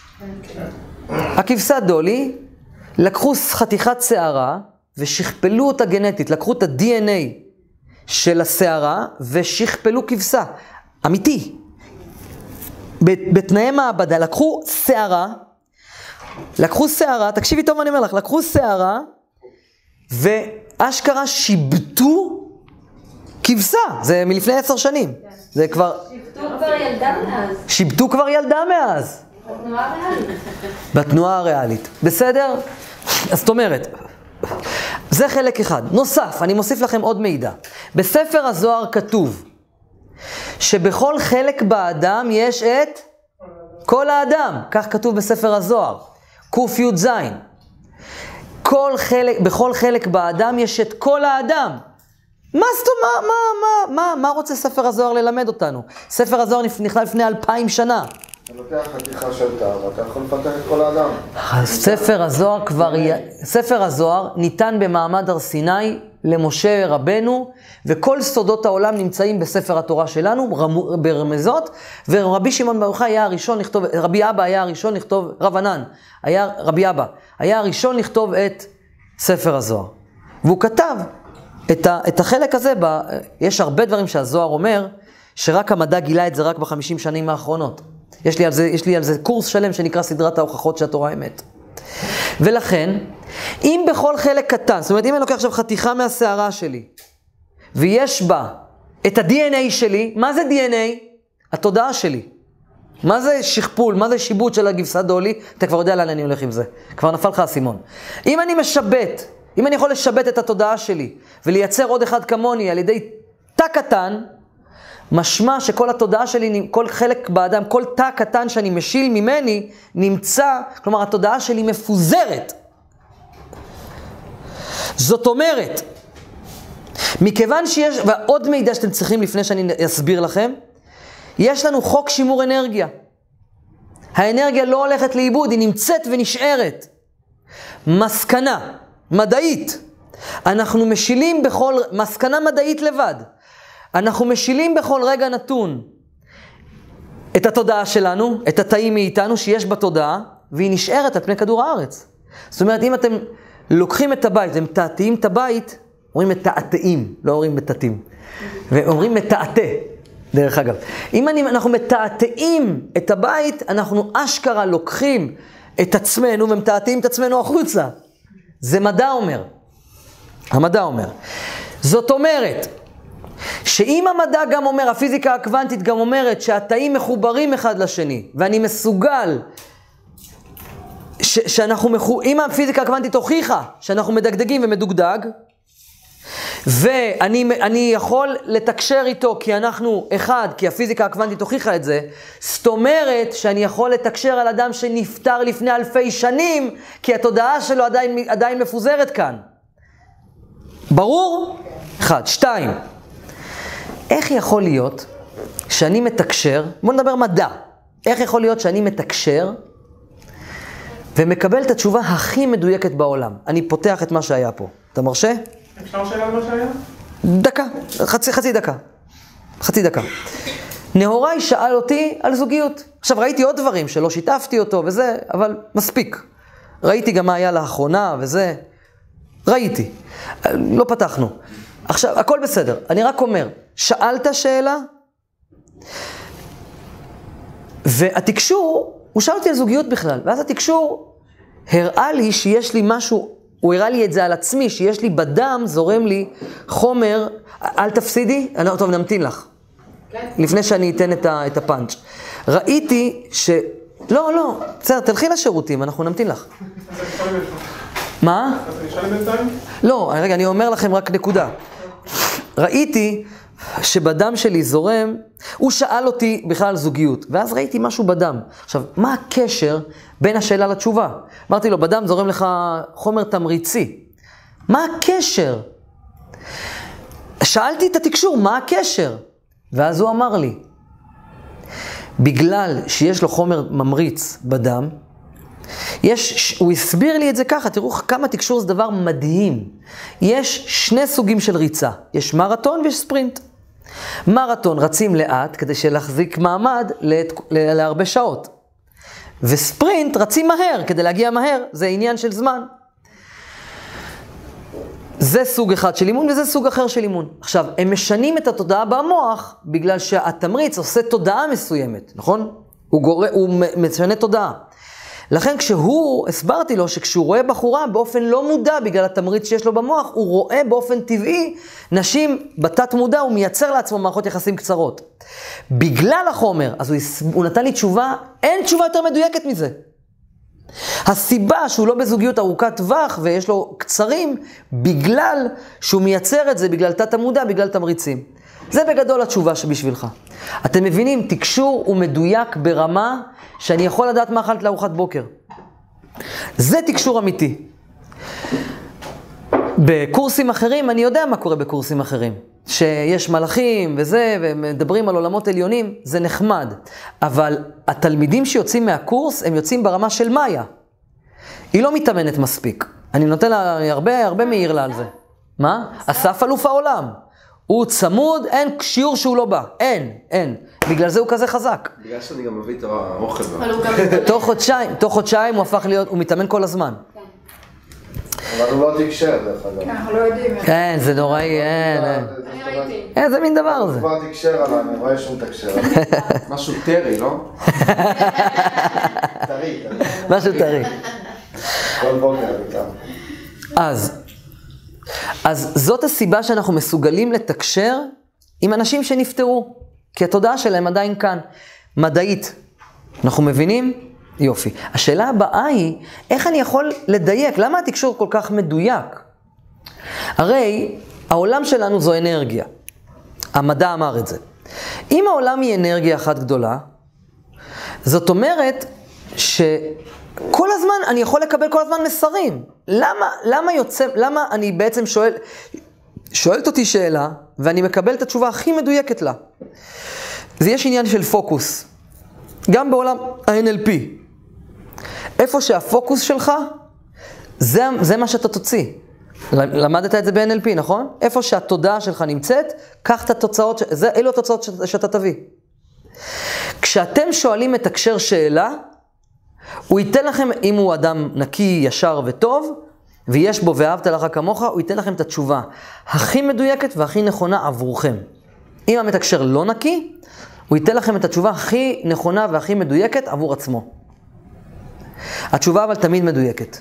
הכבשה דולי, לקחו חתיכת שערה, ושכפלו אותה גנטית, לקחו את ה-DNA של השערה, ושכפלו כבשה. אמיתי. בתנאי מעבדה, לקחו שערה, תקשיבי טוב מה אני אומר לך, לקחו שערה, ואשכרה שיבטו כבשה, זה מלפני 10 שנים. זה כבר... שיבטו כבר ילדה מאז. שיבטו כבר ילדה מאז. בתנועה הריאלית. בתנועה הריאלית. בסדר? אז זאת אומרת, זה חלק אחד. נוסף, אני מוסיף לכם עוד מידע. בספר הזוהר כתוב שבכל חלק באדם יש את כל האדם. כך כתוב בספר הזוהר. ק"ז. בכל חלק באדם יש את כל האדם. מה רוצה ספר הזוהר ללמד אותנו? ספר הזוהר נכתב לפני 2000 שנה. אתה לוקח חתיכה של תא, ואתה יכול לפתח את כל האדם. ספר הזוהר ניתן במעמד הר סיני למשה רבנו, וכל סודות העולם נמצאים בספר התורה שלנו, ברמזות, ורבי שמעון בר יוחאי היה הראשון לכתוב, רבי אבא היה הראשון לכתוב, רב ענן, רבי אבא, היה הראשון לכתוב את ספר הזוהר. והוא כתב את החלק הזה, יש הרבה דברים שהזוהר אומר, שרק המדע גילה את זה רק ב50 שנים האחרונות. יש לי על זה קורס שלם שנקרא סדרת ההוכחות שהתורה אמת. ולכן, אם בכל חלק קטן, זאת אומרת, אם אני לוקח עכשיו חתיכה מהשערה שלי, ויש בה את ה-DNA שלי, מה זה DNA? התודעה שלי. מה זה שכפול, מה זה שיבוט של הגבסה דולי? אתה כבר יודע לאן אני הולך עם זה. כבר נפל לך הסימון. אם אני יכול לשבת את התודעה שלי, ולייצר עוד אחד כמוני על ידי תא קטן, משמע שכל התודעה שלי, כל חלק באדם, כל תא קטן שאני משיל ממני, נמצא, כלומר התודעה שלי מפוזרת. זאת אומרת, מכיוון שיש, ועוד מידע שאתם צריכים לפני שאני אסביר לכם, יש לנו חוק שימור אנרגיה. האנרגיה לא הולכת לאיבוד, היא נמצאת ונשארת. מסקנה מדעית. אנחנו משילים מסקנה מדעית לבד. אנחנו משילים בכל רגע נתון את התודעה שלנו, את התאים מאיתנו שיש בתודעה, והיא נשארת על פני כדור הארץ. זאת אומרת, אם אתם לוקחים את הבית, הם מתעתעים את הבית, אומרים מתעתעים, לא אומרים מתעתעים. ואומרים מתעתה, דרך אגב. אם אנחנו מתעתעים את הבית, אנחנו אשכרה לוקחים את עצמנו ומתעתעים את עצמנו החוצה. זה מדע אומר. המדע אומר. זאת אומרת, שאם המדע גם אומר, הפיזיקה הקוונטית גם אומרת שהתאים מחוברים אחד לשני, ואני מסוגל, אם הפיזיקה הקוונטית הוכיחה שאנחנו מדגדגים ומדוגדג, ואני יכול לתקשר איתו כי אנחנו אחד, כי הפיזיקה הקוונטית הוכיחה את זה, זאת אומרת שאני יכול לתקשר על אדם שנפטר לפני 1000 שנים, כי התודעה שלו עדיין מפוזרת כאן. ברור? 1. 2. איך יכול להיות שאני מתקשר, בוא נדבר מדע, איך יכול להיות שאני מתקשר ומקבל את התשובה הכי מדויקת בעולם? אני פותח את מה שהיה פה. אתה מרשה? אפשר שאלה על מה שהיה? דקה, חצי דקה. נהוראי שאל אותי על זוגיות. עכשיו ראיתי עוד דברים שלא שיתפתי אותו וזה, אבל מספיק. ראיתי גם מה היה לאחרונה וזה, ראיתי. לא פתחנו. עכשיו, הכל בסדר. אני רק אומר, שאלת שאלה, והתקשור, הוא שאל אותי על זוגיות בכלל, ואז התקשור הראה לי שיש לי משהו, הוא הראה לי את זה על עצמי, שיש לי בדם, זורם לי חומר, אל תפסידי, טוב, נמתין לך. לפני שאני אתן את הפאנץ'. ראיתי לא, בסדר, תלכי לשירותים, אנחנו נמתין לך. מה? אז אני שאלה בינתיים? לא, רגע, אני אומר לכם רק נקודה. ראיתי שבדם שלי זורם, הוא שאל אותי בכלל על זוגיות, ואז ראיתי משהו בדם. עכשיו, מה הקשר בין השאלה לתשובה? אמרתי לו, בדם זורם לך חומר תמריצי. מה הקשר? שאלתי את התקשור, מה הקשר? ואז הוא אמר לי, בגלל שיש לו חומר ממריץ בדם, הוא הסביר לי את זה ככה, תראו כמה תקשור זה דבר מדהים. יש 2 סוגים של ריצה, יש מרתון ויש ספרינט. מרתון רצים לאט כדי שלהחזיק מעמד להרבה שעות. וספרינט רצים מהר כדי להגיע מהר, זה עניין של זמן. זה סוג אחד של אימון וזה סוג אחר של אימון. עכשיו, הם משנים את התודעה במוח בגלל שהתמריץ עושה תודעה מסוימת, נכון? הוא משנה תודעה. לכן הסברתי לו שכשהוא רואה בחורה באופן לא מודע, בגלל התמריץ שיש לו במוח, הוא רואה באופן טבעי נשים בתת מודע, הוא מייצר לעצמו מערכות יחסים קצרות. בגלל החומר, אז הוא נתן לי תשובה, אין תשובה יותר מדויקת מזה. הסיבה שהוא לא בזוגיות ארוכת טווח ויש לו קצרים, בגלל שהוא מייצר את זה, בגלל תת המודע, בגלל תמריצים. זה בגדול התשובה שבשבילך. אתם מבינים, תקשור הוא מדויק ברמה שאני יכול לדעת מה אכלת לארוחת בוקר. זה תקשור אמיתי. בקורסים אחרים, אני יודע מה קורה בקורסים אחרים. שיש מלאכים וזה, ומדברים על עולמות עליונים, זה נחמד. אבל התלמידים שיוצאים מהקורס, הם יוצאים ברמה של מאיה. היא לא מתאמנת מספיק. אני נותן לה הרבה מעיר לה על זה. מה? אסף אלוף העולם. הוא צמוד, אין שיעור שהוא לא בא. אין. בגלל זה הוא כזה חזק. בגלל שאני גם מביא את האוכל. תוך חודשיים הוא הפך להיות, הוא מתאמן כל הזמן. אבל הוא לא תקשר דרך אגב. אנחנו לא יודעים. כן, זה נוראי, אין. אני ראיתי. איזה מין דבר זה? הוא כבר תקשר עליי, אני רואה שום תקשר. משהו טרי, לא? טרי. משהו טרי. כל בוקר איתם. אז זאת הסיבה שאנחנו מסוגלים לתקשר עם אנשים שנפטרו, כי התודעה שלהם עדיין כאן, מדעית. אנחנו מבינים? יופי. השאלה הבאה היא, איך אני יכול לדייק? למה התקשור כל כך מדויק? הרי העולם שלנו זו אנרגיה. המדע אמר את זה. אם העולם היא אנרגיה אחת גדולה, זאת אומרת שכל הזמן אני יכול לקבל כל הזמן מסרים. למה אני בעצם שואלת אותי שאלה, ואני מקבל את התשובה הכי מדויקת לה? זה יש עניין של פוקוס. גם בעולם ה-NLP. איפה שהפוקוס שלך, זה מה שאתה תוציא. למדת את זה ב-NLP, נכון? איפה שהתודעה שלך נמצאת, קח את התוצאות, אלו התוצאות שאתה תביא. כשאתם שואלים את הקשר שאלה, הוא ייתן לכם, אם הוא אדם נקי, ישר וטוב, ויש בו ואהבת לך כמוך, הוא ייתן לכם את התשובה הכי מדויקת והכי נכונה עבורכם. אם המתקשר לא נקי, הוא ייתן לכם את התשובה הכי נכונה והכי מדויקת עבור עצמו. התשובה אבל תמיד מדויקת.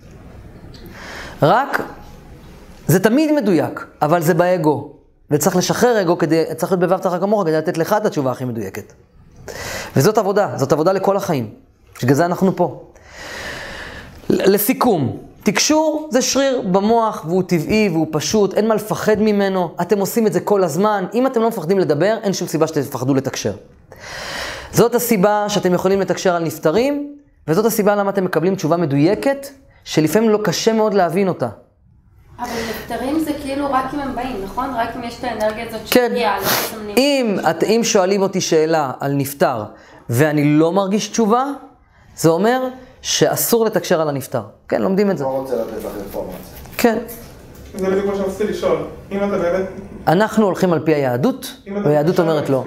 רק, זה תמיד מדויק, אבל זה באגו. וצריך לשחרר אגו, צריך להיות בבבת לך כמוך, כדי לתת לך את התשובה הכי מדויקת. וזאת עבודה, זאת עבודה לכל החיים. שגלל זה אנחנו פה. לסיכום, תקשור זה שריר במוח, והוא טבעי והוא פשוט, אין מה לפחד ממנו, אתם עושים את זה כל הזמן, אם אתם לא מפחדים לדבר, אין שום סיבה שתפחדו לתקשר. זאת הסיבה שאתם יכולים לתקשר על נפטרים, וזאת הסיבה למה אתם מקבלים תשובה מדויקת, שלפעמים לא קשה מאוד להבין אותה. אבל נפטרים זה כאילו רק אם הם באים, נכון? רק אם יש את האנרגיה הזאת כן. שתהיה. אם שואלים אותי שאלה על נפטר, ואני לא מרגיש תשובה, זה אומר שאסור לתקשר על הנפטר. כן, לומדים את זה. לא רוצה לתת לך אינפורמציה. כן. זה בדיוק מה שרציתי לשאול. אם אתה באמת... אנחנו הולכים על פי היהדות, והיהדות אומרת לא.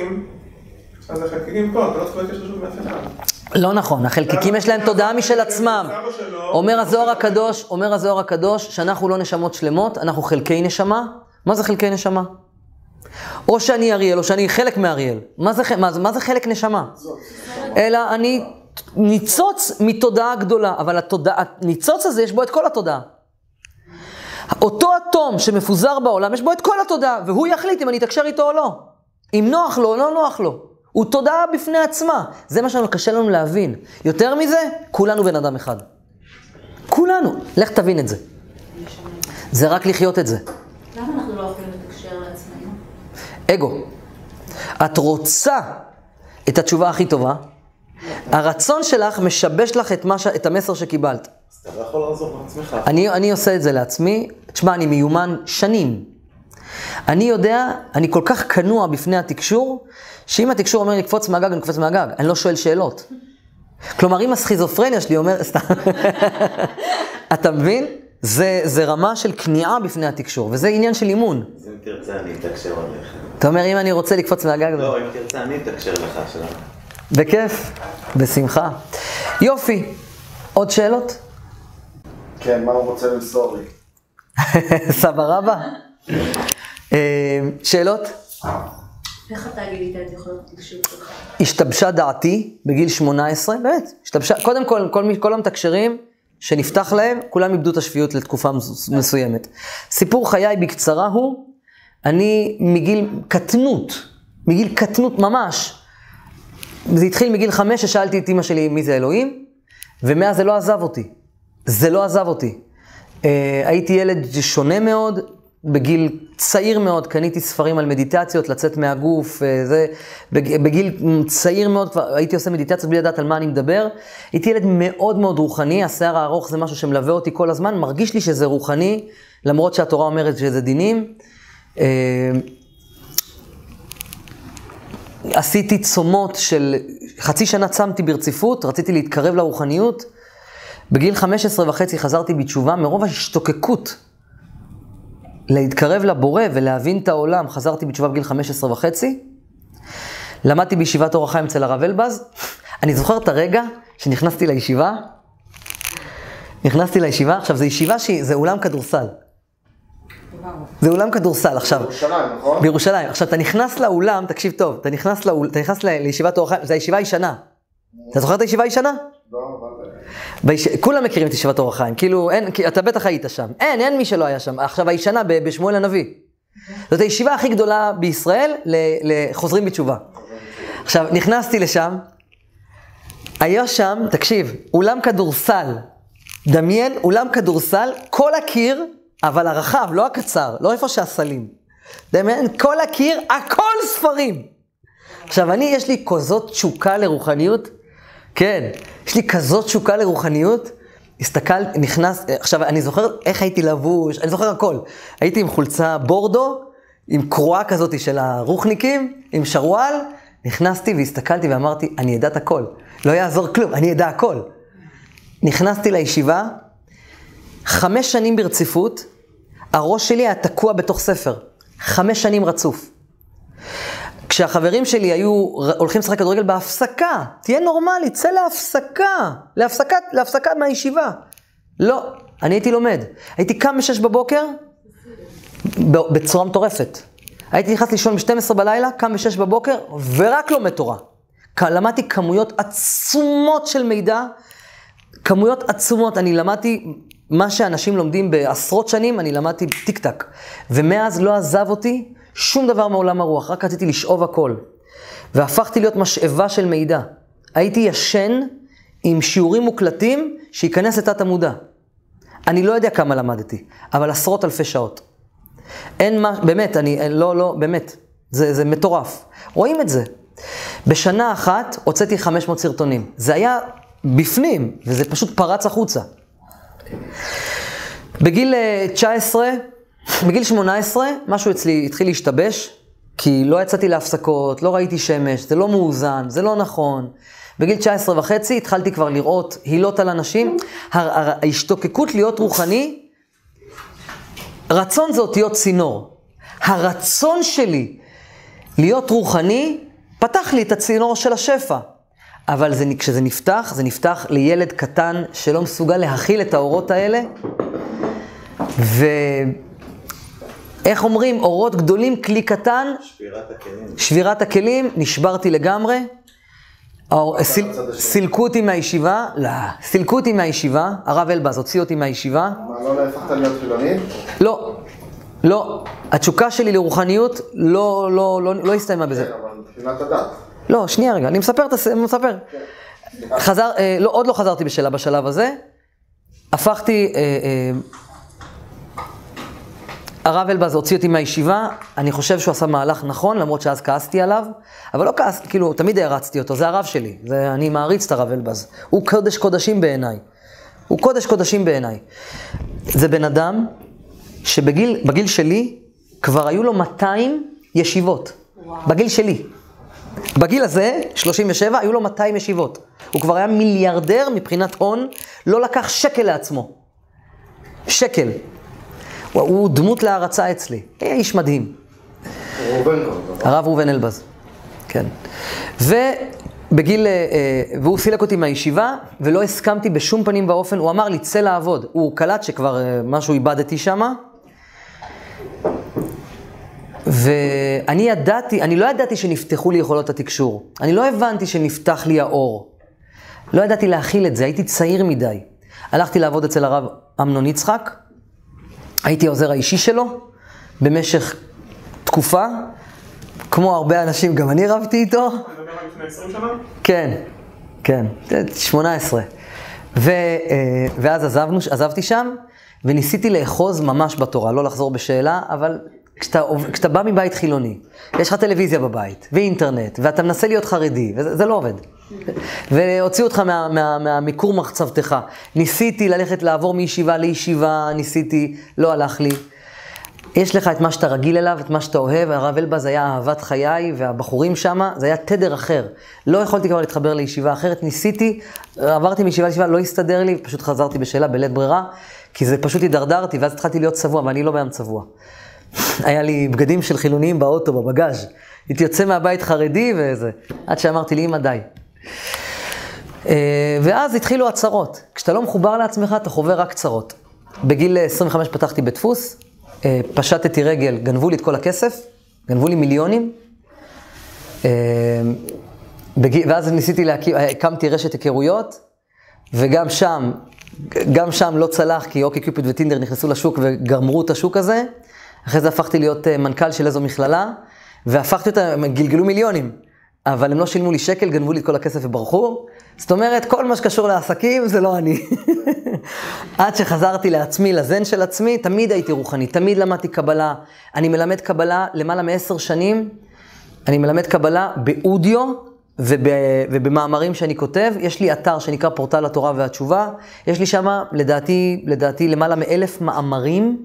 אז החלקיקים פה, אתה לא צריך לבקש רשות מאף אחד. לא נכון, החלקיקים יש להם תודעה משל עצמם. אומר הזוהר הקדוש שאנחנו לא נשמות שלמות, אנחנו חלקי נשמה. מה זה חלקי נשמה? או שאני אריאל, או שאני חלק מאריאל. מה זה חלק נשמה? אלא אני ניצוץ מתודעה גדולה, אבל הניצוץ הזה יש בו את כל התודעה. אותו אטום שמפוזר בעולם, יש בו את כל התודעה, והוא יחליט אם אני אתקשר איתו או לא. אם נוח לו או לא נוח לו. הוא תודעה בפני עצמה. זה מה שקשה לנו להבין. יותר מזה, כולנו בן אדם אחד. כולנו. לך תבין את זה. זה רק לחיות את זה. למה אנחנו לא יכולים לתקשר לעצמנו? אגו. את רוצה את התשובה הכי טובה, הרצון שלך משבש לך את המסר שקיבלת. אז אתה לא יכול לעזור לעצמך. אני עושה את זה לעצמי. תשמע, אני מיומן שנים. אני יודע, אני כל כך כנוע בפני התקשור, שאם התקשור אומר לי קפוץ מהגג, אני קפוץ מהגג. אני לא שואל שאלות. כלומר, אם הסכיזופרניה שלי אומר, סתם. אתה מבין? זה רמה של כניעה בפני התקשור, וזה עניין של אימון. אז אם תרצה, אני אתקשר עליך. אתה אומר, אם אני רוצה לקפוץ מהגג... לא, אם תרצה, אני אתקשר לך שלנו. בכיף, בשמחה. יופי, עוד שאלות? כן, מה הוא רוצה למסור לי? סבא רבא? שאלות? איך אתה גילית את יכולות התקשור שלך? השתבשה דעתי בגיל 18, באמת, השתבשה, קודם כל המתקשרים שנפתח להם, כולם איבדו את השפיות לתקופה מסוימת. סיפור חיי בקצרה הוא, אני מגיל קטנות ממש, זה התחיל מגיל 5 ששאלתי את אמא שלי מי זה אלוהים, ומאז זה לא עזב אותי. הייתי ילד שונה מאוד, בגיל צעיר מאוד קניתי ספרים על מדיטציות, לצאת מהגוף, בגיל צעיר מאוד כבר הייתי עושה מדיטציות בלי לדעת על מה אני מדבר. הייתי ילד מאוד מאוד רוחני, השיער הארוך זה משהו שמלווה אותי כל הזמן, מרגיש לי שזה רוחני, למרות שהתורה אומרת שזה דינים. עשיתי צומות של חצי שנה צמתי ברציפות, רציתי להתקרב לרוחניות. בגיל 15.5 חזרתי בתשובה, מרוב ההשתוקקות להתקרב לבורא ולהבין את העולם, חזרתי בתשובה בגיל 15.5. למדתי בישיבת אור החיים אצל הרב אלבז. אני זוכר את הרגע שנכנסתי לישיבה. עכשיו זו ישיבה זה אולם כדורסל. זה אולם כדורסל עכשיו. בירושלים, נכון? בירושלים. עכשיו אתה נכנס לאולם, תקשיב טוב, אתה נכנס לישיבת אור החיים, זו הישיבה הישנה. אתה זוכר את הישיבה הישנה? לא, אבל... כולם מכירים את ישיבת אור החיים, כאילו, אתה בטח היית שם. אין מי שלא היה שם. עכשיו, הישנה בשמואל הנביא. זאת הישיבה הכי גדולה בישראל לחוזרים בתשובה. עכשיו, נכנסתי לשם, היה שם, תקשיב, אולם כדורסל. דמיין, אולם כדורסל, כל הקיר, אבל הרחב, לא הקצר, לא איפה שהסלים. דמיין, כל הקיר, הכל ספרים. עכשיו, יש לי כזאת תשוקה לרוחניות, כן, יש לי כזאת תשוקה לרוחניות, נכנס, עכשיו אני זוכר איך הייתי לבוש, אני זוכר הכל, הייתי עם חולצה בורדו, עם קרואה כזאת של הרוחניקים, עם שרואל, נכנסתי והסתכלתי ואמרתי, אני ידע את הכל, לא יעזור כלום, אני ידע הכל. נכנסתי לישיבה, 5 שנים ברציפות, הראש שלי היה תקוע בתוך ספר, 5 שנים רצוף. כשהחברים שלי היו הולכים לשחק כדורגל בהפסקה, תהיה נורמלי, צא להפסקה מהישיבה. לא, אני הייתי לומד. הייתי קם ב6 בבוקר, בצורה מטורפת. הייתי נכנס לישון ב12 בלילה, קם ב6 בבוקר, ורק לומד תורה. למדתי כמויות עצומות של מידע, כמויות עצומות. אני למדתי מה שאנשים לומדים בעשרות שנים, אני למדתי טיק טק. ומאז לא עזב אותי, שום דבר מעולם הרוח, רק רציתי לשאוב הכל. והפכתי להיות משאבה של מידע. הייתי ישן עם שיעורים מוקלטים שיכנס לתת המודע. אני לא יודע כמה למדתי, אבל עשרות אלפי שעות. אין מה, באמת, באמת, זה מטורף. רואים את זה. בשנה אחת הוצאתי 500 סרטונים. זה היה בפנים, וזה פשוט פרץ החוצה. בגיל 19, בגיל 18, משהו אצלי התחיל להשתבש, כי לא יצאתי להפסקות, לא ראיתי שמש, זה לא מאוזן, זה לא נכון. בגיל 19.5 התחלתי כבר לראות הילות על אנשים, ההשתוקקות להיות רוחני, רצון זה אותיות צינור. הרצון שלי להיות רוחני, פתח לי את הצינור של השפע. אבל כשזה נפתח, זה נפתח לילד קטן שלא מסוגל להכיל את האורות האלה, איך אומרים, אורות גדולים, כלי קטן, שבירת הכלים, נשברתי לגמרי, סילקו אותי מהישיבה, הרב אלבז הוציא אותי מהישיבה. מה, לא הפכת להיות חילוני? לא, התשוקה שלי לרוחניות לא הסתיימה בזה. כן, אבל מבחינת הדת. לא, שנייה רגע, אני מספר. עוד לא חזרתי בשלב הזה, הפכתי, הרב אלבז הוציא אותי מהישיבה, אני חושב שהוא עשה מהלך נכון, למרות שאז כעסתי עליו, אבל לא כעסתי, כאילו, תמיד הרצתי אותו, זה הרב שלי, אני מעריץ את הרב אלבז, הוא קודש קודשים בעיניי. זה בן אדם שבגיל שלי כבר היו לו 200 ישיבות, בגיל שלי. בגיל הזה, 37, היו לו 200 ישיבות. הוא כבר היה מיליארדר מבחינת הון, לא לקח שקל לעצמו. שקל. הוא דמות להערצה אצלי. איש מדהים. הרב ראובן אלבז. כן. והוא סילק אותי מהישיבה, ולא הסכמתי בשום פנים ואופן. הוא אמר לי, צא לעבוד. הוא קלט שכבר משהו איבדתי שמה. ואני ידעתי, אני לא ידעתי שנפתחו לי יכולות התקשור. אני לא הבנתי שנפתח לי האור. לא ידעתי להכיל את זה, הייתי צעיר מדי. הלכתי לעבוד אצל הרב אמנון יצחק, הייתי העוזר האישי שלו, במשך תקופה, כמו הרבה אנשים, גם אני רבתי איתו. אתה מדבר על לפני 20 שנה? כן, כן, 18. ואז עזבתי שם, וניסיתי לאחוז ממש בתורה, לא לחזור בשאלה, אבל כשאתה בא מבית חילוני, יש לך טלוויזיה בבית, ואינטרנט, ואתה מנסה להיות חרדי, וזה לא עובד. והוציאו אותך מהמיקור מחצבתך. ניסיתי ללכת לעבור מישיבה לישיבה, ניסיתי, לא הלך לי. יש לך את מה שאתה רגיל אליו, את מה שאתה אוהב, הרב אלבז היה אהבת חיי, והבחורים שם, זה היה תדר אחר. לא יכולתי כבר להתחבר לישיבה אחרת, ניסיתי, עברתי מישיבה לישיבה, לא הסתדר לי, פשוט חזרתי בשאלה בלית ברירה, כי זה פשוט הידרדרתי, ואז התחלתי להיות צבוע, ואני לא בים צבוע. היה לי בגדים של חילוניים באוטו, בבגז'. הייתי יוצא מהבית חרדי וזה, עד שאמרתי לי, אמא די. ואז התחילו הצרות. כשאתה לא מחובר לעצמך, אתה חווה רק צרות. בגיל 25 פתחתי בדפוס, פשטתי רגל, גנבו לי את כל הכסף, גנבו לי מיליונים, ואז ניסיתי הקמתי רשת היכרויות, וגם שם לא צלח, כי אוקי קיופיד וטינדר נכנסו לשוק וגמרו את השוק הזה. אחרי זה הפכתי להיות מנכ"ל של איזו מכללה, והפכתי אותה, הם גלגלו מיליונים, אבל הם לא שילמו לי שקל, גנבו לי את כל הכסף וברחו. זאת אומרת, כל מה שקשור לעסקים זה לא אני. עד שחזרתי לעצמי, לזן של עצמי, תמיד הייתי רוחני, תמיד למדתי קבלה. אני מלמד קבלה למעלה מ10 שנים, אני מלמד קבלה באודיו ובמאמרים שאני כותב. יש לי אתר שנקרא פורטל התורה והתשובה, יש לי שם לדעתי למעלה מ1000 מאמרים,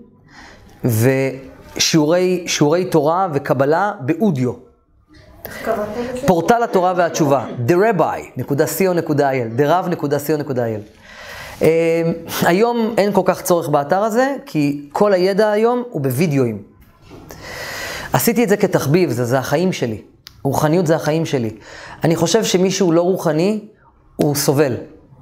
ושיעורי תורה וקבלה באודיו. פורטל התורה והתשובה, therabbi.co.il, therab.co.il. היום אין כל כך צורך באתר הזה, כי כל הידע היום הוא בווידאוים. עשיתי את זה כתחביב, זה החיים שלי. רוחניות זה החיים שלי. אני חושב שמישהו לא רוחני, הוא סובל.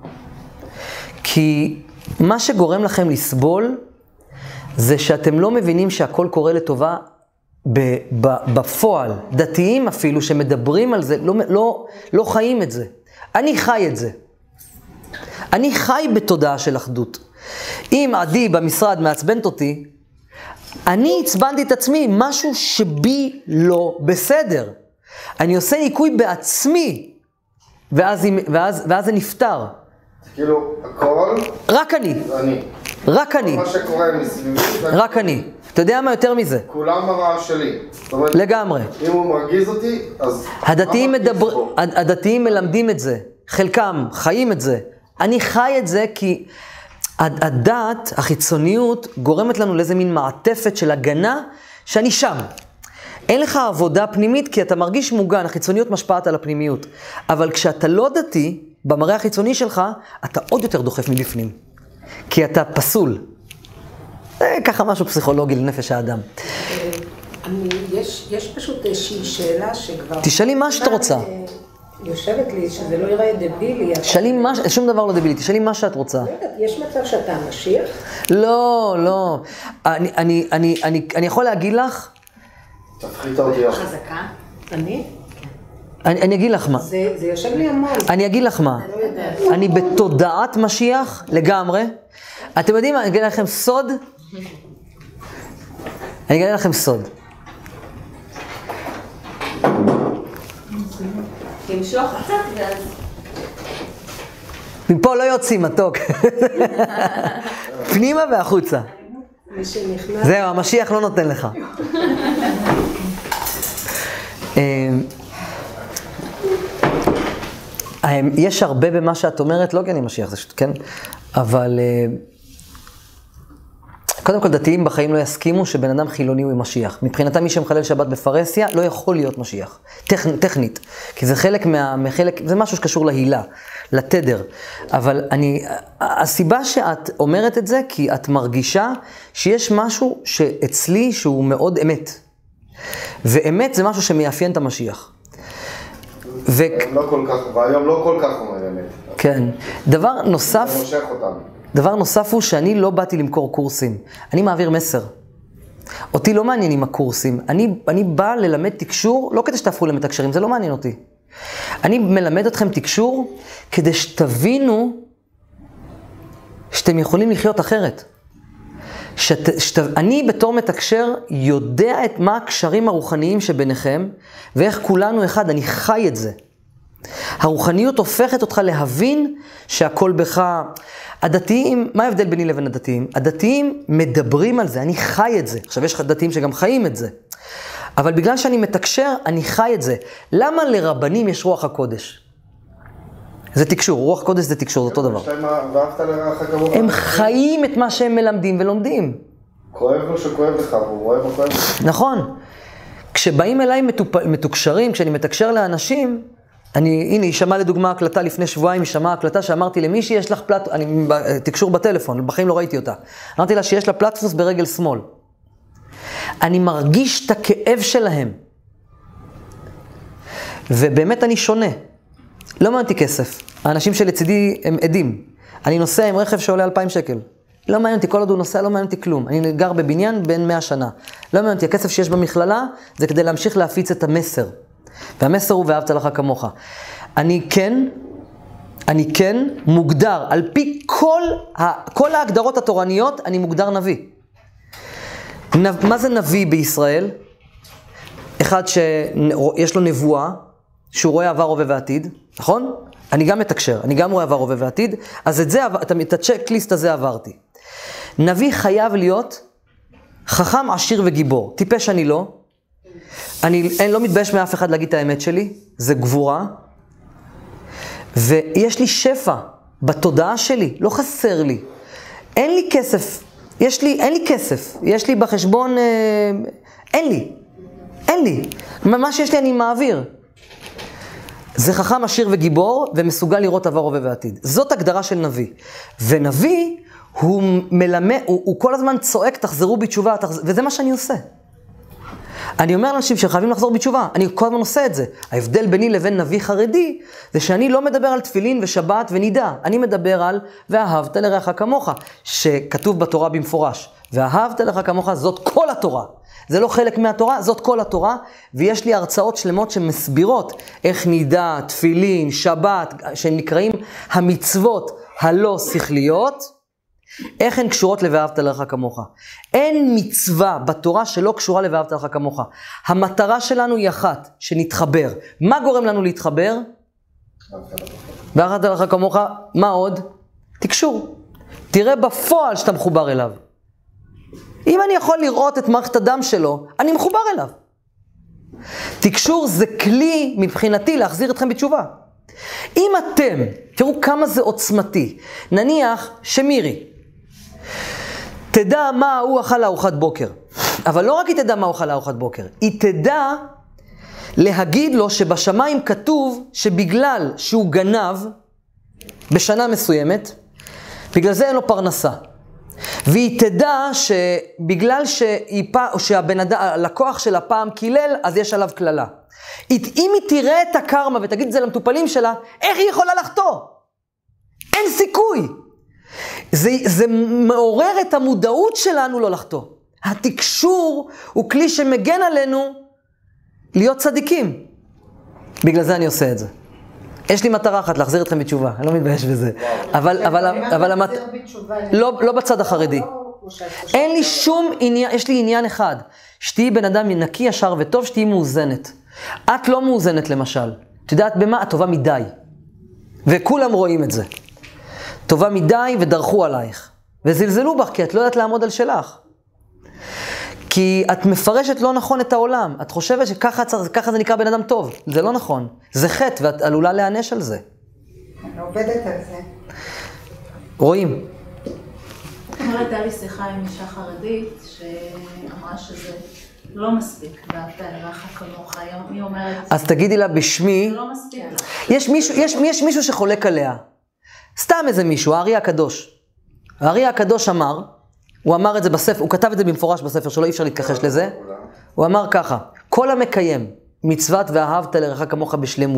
כי מה שגורם לכם לסבול, זה שאתם לא מבינים שהכל קורה לטובה בפועל. דתיים אפילו שמדברים על זה, לא חיים את זה. אני חי את זה. אני חי בתודעה של אחדות. אם עדי במשרד מעצבנת אותי, אני עצבנתי את עצמי, משהו שבי לא בסדר. אני עושה ניקוי בעצמי, ואז זה נפטר. כאילו, הכל... רק אני. אני. רק אני. מה שקורה מסביבי... רק אני. אתה יודע מה יותר מזה? כולם הרעה שלי. זאת אומרת, לגמרי. אם הוא מרגיז אותי, אז... הדתיים מלמדים את זה. חלקם חיים את זה. אני חי את זה כי הדת, החיצוניות, גורמת לנו לאיזה מין מעטפת של הגנה שאני שם. אין לך עבודה פנימית כי אתה מרגיש מוגן, החיצוניות משפעת על הפנימיות. אבל כשאתה לא דתי, במראה החיצוני שלך, אתה עוד יותר דוחף מבפנים. כי אתה פסול. זה ככה משהו פסיכולוגי לנפש האדם. יש פשוט איזושהי שאלה שכבר... תשאלי מה שאת רוצה. יושבת לי שזה לא יראה דבילי. תשאלי מה, שום דבר לא דבילי, תשאלי מה שאת רוצה. יש מצב שאתה משיח? לא, לא. אני יכול להגיד לך... תפחית אותי. חזקה? אני? אני אגיד לך מה. זה יושב לי המון. אני אגיד לך מה. אני בתודעת משיח לגמרי. אתם יודעים מה? אני אגיד לכם סוד. אני אגיד לכם סוד. תמשוך קצת ואז... מפה לא יוצאים מתוק. פנימה והחוצה. זהו, המשיח לא נותן לך. יש הרבה במה שאת אומרת, לא כי אני משיח, זה שאת, כן? אבל קודם כל דתיים בחיים לא יסכימו שבן אדם חילוני הוא משיח. מבחינתם מי שמחלל שבת בפרהסיה לא יכול להיות משיח, טכנית. כי זה חלק זה משהו שקשור להילה, לתדר. אבל הסיבה שאת אומרת את זה, כי את מרגישה שיש משהו שאצלי שהוא מאוד אמת. ואמת זה משהו שמאפיין את המשיח. לא כל כך, והיום לא כל כך אומר אמת. כן. דבר נוסף... זה מושך אותם. דבר נוסף הוא שאני לא באתי למכור קורסים. אני מעביר מסר. אותי לא מעניינים הקורסים. אני בא ללמד תקשור, לא כדי שתהפכו למתקשרים, זה לא מעניין אותי. אני מלמד אתכם תקשור כדי שתבינו שאתם יכולים לחיות אחרת. אני בתור מתקשר יודע את מה הקשרים הרוחניים שביניכם, ואיך כולנו אחד, אני חי את זה. הרוחניות הופכת אותך להבין שהכל בך. הדתיים, מה ההבדל ביני לבין הדתיים? הדתיים מדברים על זה, אני חי את זה. עכשיו יש דתיים שגם חיים את זה. אבל בגלל שאני מתקשר, אני חי את זה. למה לרבנים יש רוח הקודש? זה תקשור, רוח קודש זה תקשור, זה אותו דבר. ואהבת לרעך כמוך. הם חיים את מה שהם מלמדים ולומדים. כואב לו שכואב לך, והוא רואה מה כואב לך. נכון. כשבאים אליי מתוקשרים, כשאני מתקשר לאנשים, הנה, היא שמעה לדוגמה הקלטה לפני שבועיים, היא שמעה הקלטה שאמרתי למישהי, יש לך תקשור בטלפון, בחיים לא ראיתי אותה. אמרתי לה שיש לה פלטפוס ברגל שמאל. אני מרגיש את הכאב שלהם. ובאמת אני שונה. לא מעניין אותי כסף. האנשים שלצידי הם עדים. אני נוסע עם רכב שעולה 2,000 שקל. לא מעניין אותי, כל עוד הוא נוסע, לא מעניין אותי כלום. אני גר בבניין בין 100 שנה. לא מעניין אותי, הכסף שיש במכללה, זה כדי להמשיך להפיץ את המסר. והמסר הוא ואהבת לך כמוך. אני כן מוגדר, על פי כל ההגדרות התורניות, אני מוגדר נביא. מה זה נביא בישראל? אחד שיש לו נבואה, שהוא רואה עבר, הווה ועתיד, נכון? אני גם מתקשר, אני גם רואה עבר, הווה ועתיד, אז את הצ'קליסט הזה עברתי. נביא חייב להיות חכם, עשיר וגיבור. טיפש אני לא. אני לא מתבייש מאף אחד להגיד את האמת שלי, זה גבורה. ויש לי שפע בתודעה שלי, לא חסר לי. אין לי כסף, אין לי כסף. יש לי בחשבון, אין לי. מה שיש לי אני מעביר. זה חכם, עשיר וגיבור, ומסוגל לראות עבר, הווה ועתיד. זאת הגדרה של נביא. ונביא, הוא מלמד, הוא כל הזמן צועק, תחזרו בתשובה, וזה מה שאני עושה. אני אומר לאנשים שחייבים לחזור בתשובה, אני כל הזמן עושה את זה. ההבדל ביני לבין נביא חרדי, זה שאני לא מדבר על תפילין ושבת ונידה. אני מדבר על ואהבת לרעך כמוך, שכתוב בתורה במפורש. ואהבת לך כמוך, זאת כל התורה. זה לא חלק מהתורה, זאת כל התורה, ויש לי הרצאות שלמות שמסבירות איך נידה, תפילין, שבת, שנקראים המצוות הלא שכליות, איך הן קשורות ל"ואהבת לרעך כמוך". אין מצווה בתורה שלא קשורה ל"ואהבת לרעך כמוך". המטרה שלנו היא אחת, שנתחבר. מה גורם לנו להתחבר? "ואהבת לרעך כמוך", מה עוד? תקשור. תראה בפועל שאתה מחובר אליו. אם אני יכול לראות את מערכת הדם שלו, אני מחובר אליו. תקשור זה כלי מבחינתי להחזיר אתכם בתשובה. אם אתם, תראו כמה זה עוצמתי, נניח שמירי, תדע מה הוא אכל לארוחת בוקר. אבל לא רק היא תדע מה הוא אכל לארוחת בוקר, היא תדע להגיד לו שבשמיים כתוב שבגלל שהוא גנב בשנה מסוימת, בגלל זה אין לו פרנסה. והיא תדע שבגלל שהלקוח של הפעם קילל, אז יש עליו כללה. אם היא תראה את הקרמה ותגיד את זה למטופלים שלה, איך היא יכולה לחטוא? אין סיכוי. זה מעורר את המודעות שלנו לא לחטוא. התקשור הוא כלי שמגן עלינו להיות צדיקים. בגלל זה אני עושה את זה. יש לי מטרה אחת, להחזיר אתכם בתשובה, אני לא מתבייש בזה. אבל לא בצד החרדי. אין לי שום עניין, יש לי עניין אחד. שתהי בן אדם נקי, ישר וטוב, שתהי מאוזנת. את לא מאוזנת למשל. את יודעת במה? את טובה מדי. וכולם רואים את זה. טובה מדי ודרכו עלייך. וזלזלו בך, כי את לא יודעת לעמוד על שלך. כי את מפרשת לא נכון את העולם. את חושבת שככה זה נקרא בן אדם טוב. זה לא נכון. זה חטא, ואת עלולה להיענש על זה. אני עובדת על זה. רואים. הייתה לי שיחה עם אישה חרדית, שאמרה שזה לא מספיק, ואהבת לרעך כמוך. היא אומרת... אז תגידי לה בשמי... זה לא מספיק. יש מישהו שחולק עליה. סתם איזה מישהו, הארי הקדוש. הארי הקדוש אמר, הוא אמר את זה בספר, הוא כתב את זה במפורש בספר שלו, אי אפשר להתכחש לזה. הוא אמר ככה, כל המקיים מצוות ואהבת לרעך כמוך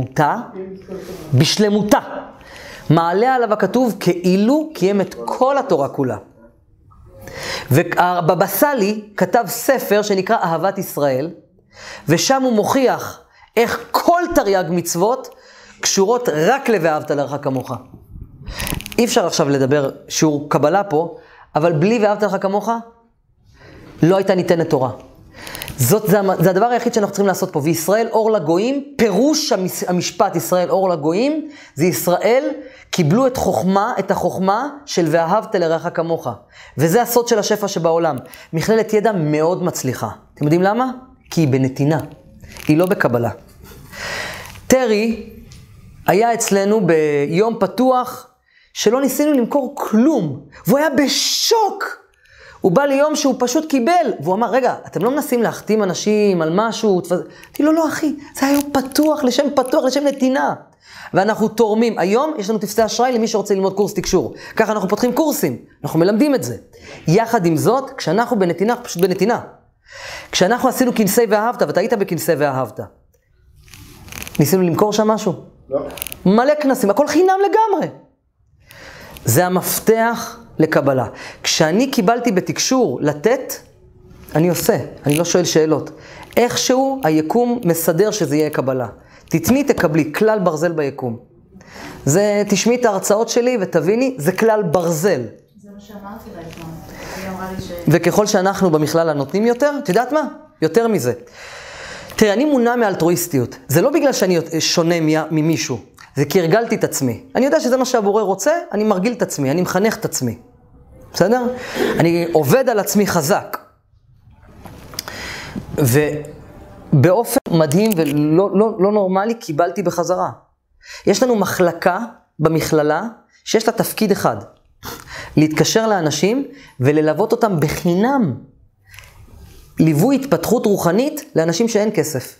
בשלמותה, מעלה עליו הכתוב כאילו קיים את כל התורה כולה. ובבא סאלי כתב ספר שנקרא אהבת ישראל, ושם הוא מוכיח איך כל תרי"ג מצוות קשורות רק ל"ואהבת לרעך כמוך". אי אפשר עכשיו לדבר שיעור קבלה פה, אבל בלי "ואהבת לרעך כמוך" לא הייתה ניתנת תורה. זה הדבר היחיד שאנחנו צריכים לעשות פה. וישראל אור לגויים, פירוש המשפט ישראל אור לגויים, זה ישראל קיבלו את החוכמה של "ואהבת לרעך כמוך". וזה הסוד של השפע שבעולם. מכללת ידע מאוד מצליחה. אתם יודעים למה? כי היא בנתינה. היא לא בקבלה. טרי היה אצלנו ביום פתוח שלא ניסינו למכור כלום. והוא היה בשוק. הוא בא ליום שהוא פשוט קיבל, והוא אמר, רגע, אתם לא מנסים להחתים אנשים על משהו? אמרתי לו, לא אחי, זה היה יום פתוח, לשם נתינה. ואנחנו תורמים. היום יש לנו תפסי אשראי למי שרוצה ללמוד קורס תקשור. ככה אנחנו פותחים קורסים, אנחנו מלמדים את זה. יחד עם זאת, כשאנחנו בנתינה, פשוט בנתינה. כשאנחנו עשינו כנסי ואהבת, ואתה היית בכנסי ואהבת, ניסינו למכור שם משהו? לא. מלא כנסים, הכל חינם לגמרי. זה המפתח לקבלה. כשאני קיבלתי בתקשור לתת, אני עושה, אני לא שואל שאלות. איכשהו היקום מסדר שזה יהיה קבלה. תתני תקבלי, כלל ברזל ביקום. זה, תשמעי את ההרצאות שלי ותביני, זה כלל ברזל. זה מה שאמרתי לה אתמול. היא אמרה לי ש... וככל שאנחנו במכללה נותנים יותר, את יודעת מה? יותר מזה. תראה, אני מונע מאלטרואיסטיות. זה לא בגלל שאני שונה ממישהו. זה כי הרגלתי את עצמי. אני יודע שזה מה שהבורא רוצה, אני מרגיל את עצמי, אני מחנך את עצמי. בסדר? אני עובד על עצמי חזק. ובאופן מדהים ולא נורמלי קיבלתי בחזרה. יש לנו מחלקה במכללה שיש לה תפקיד אחד. להתקשר לאנשים וללוות אותם בחינם. ליווי התפתחות רוחנית לאנשים שאין כסף.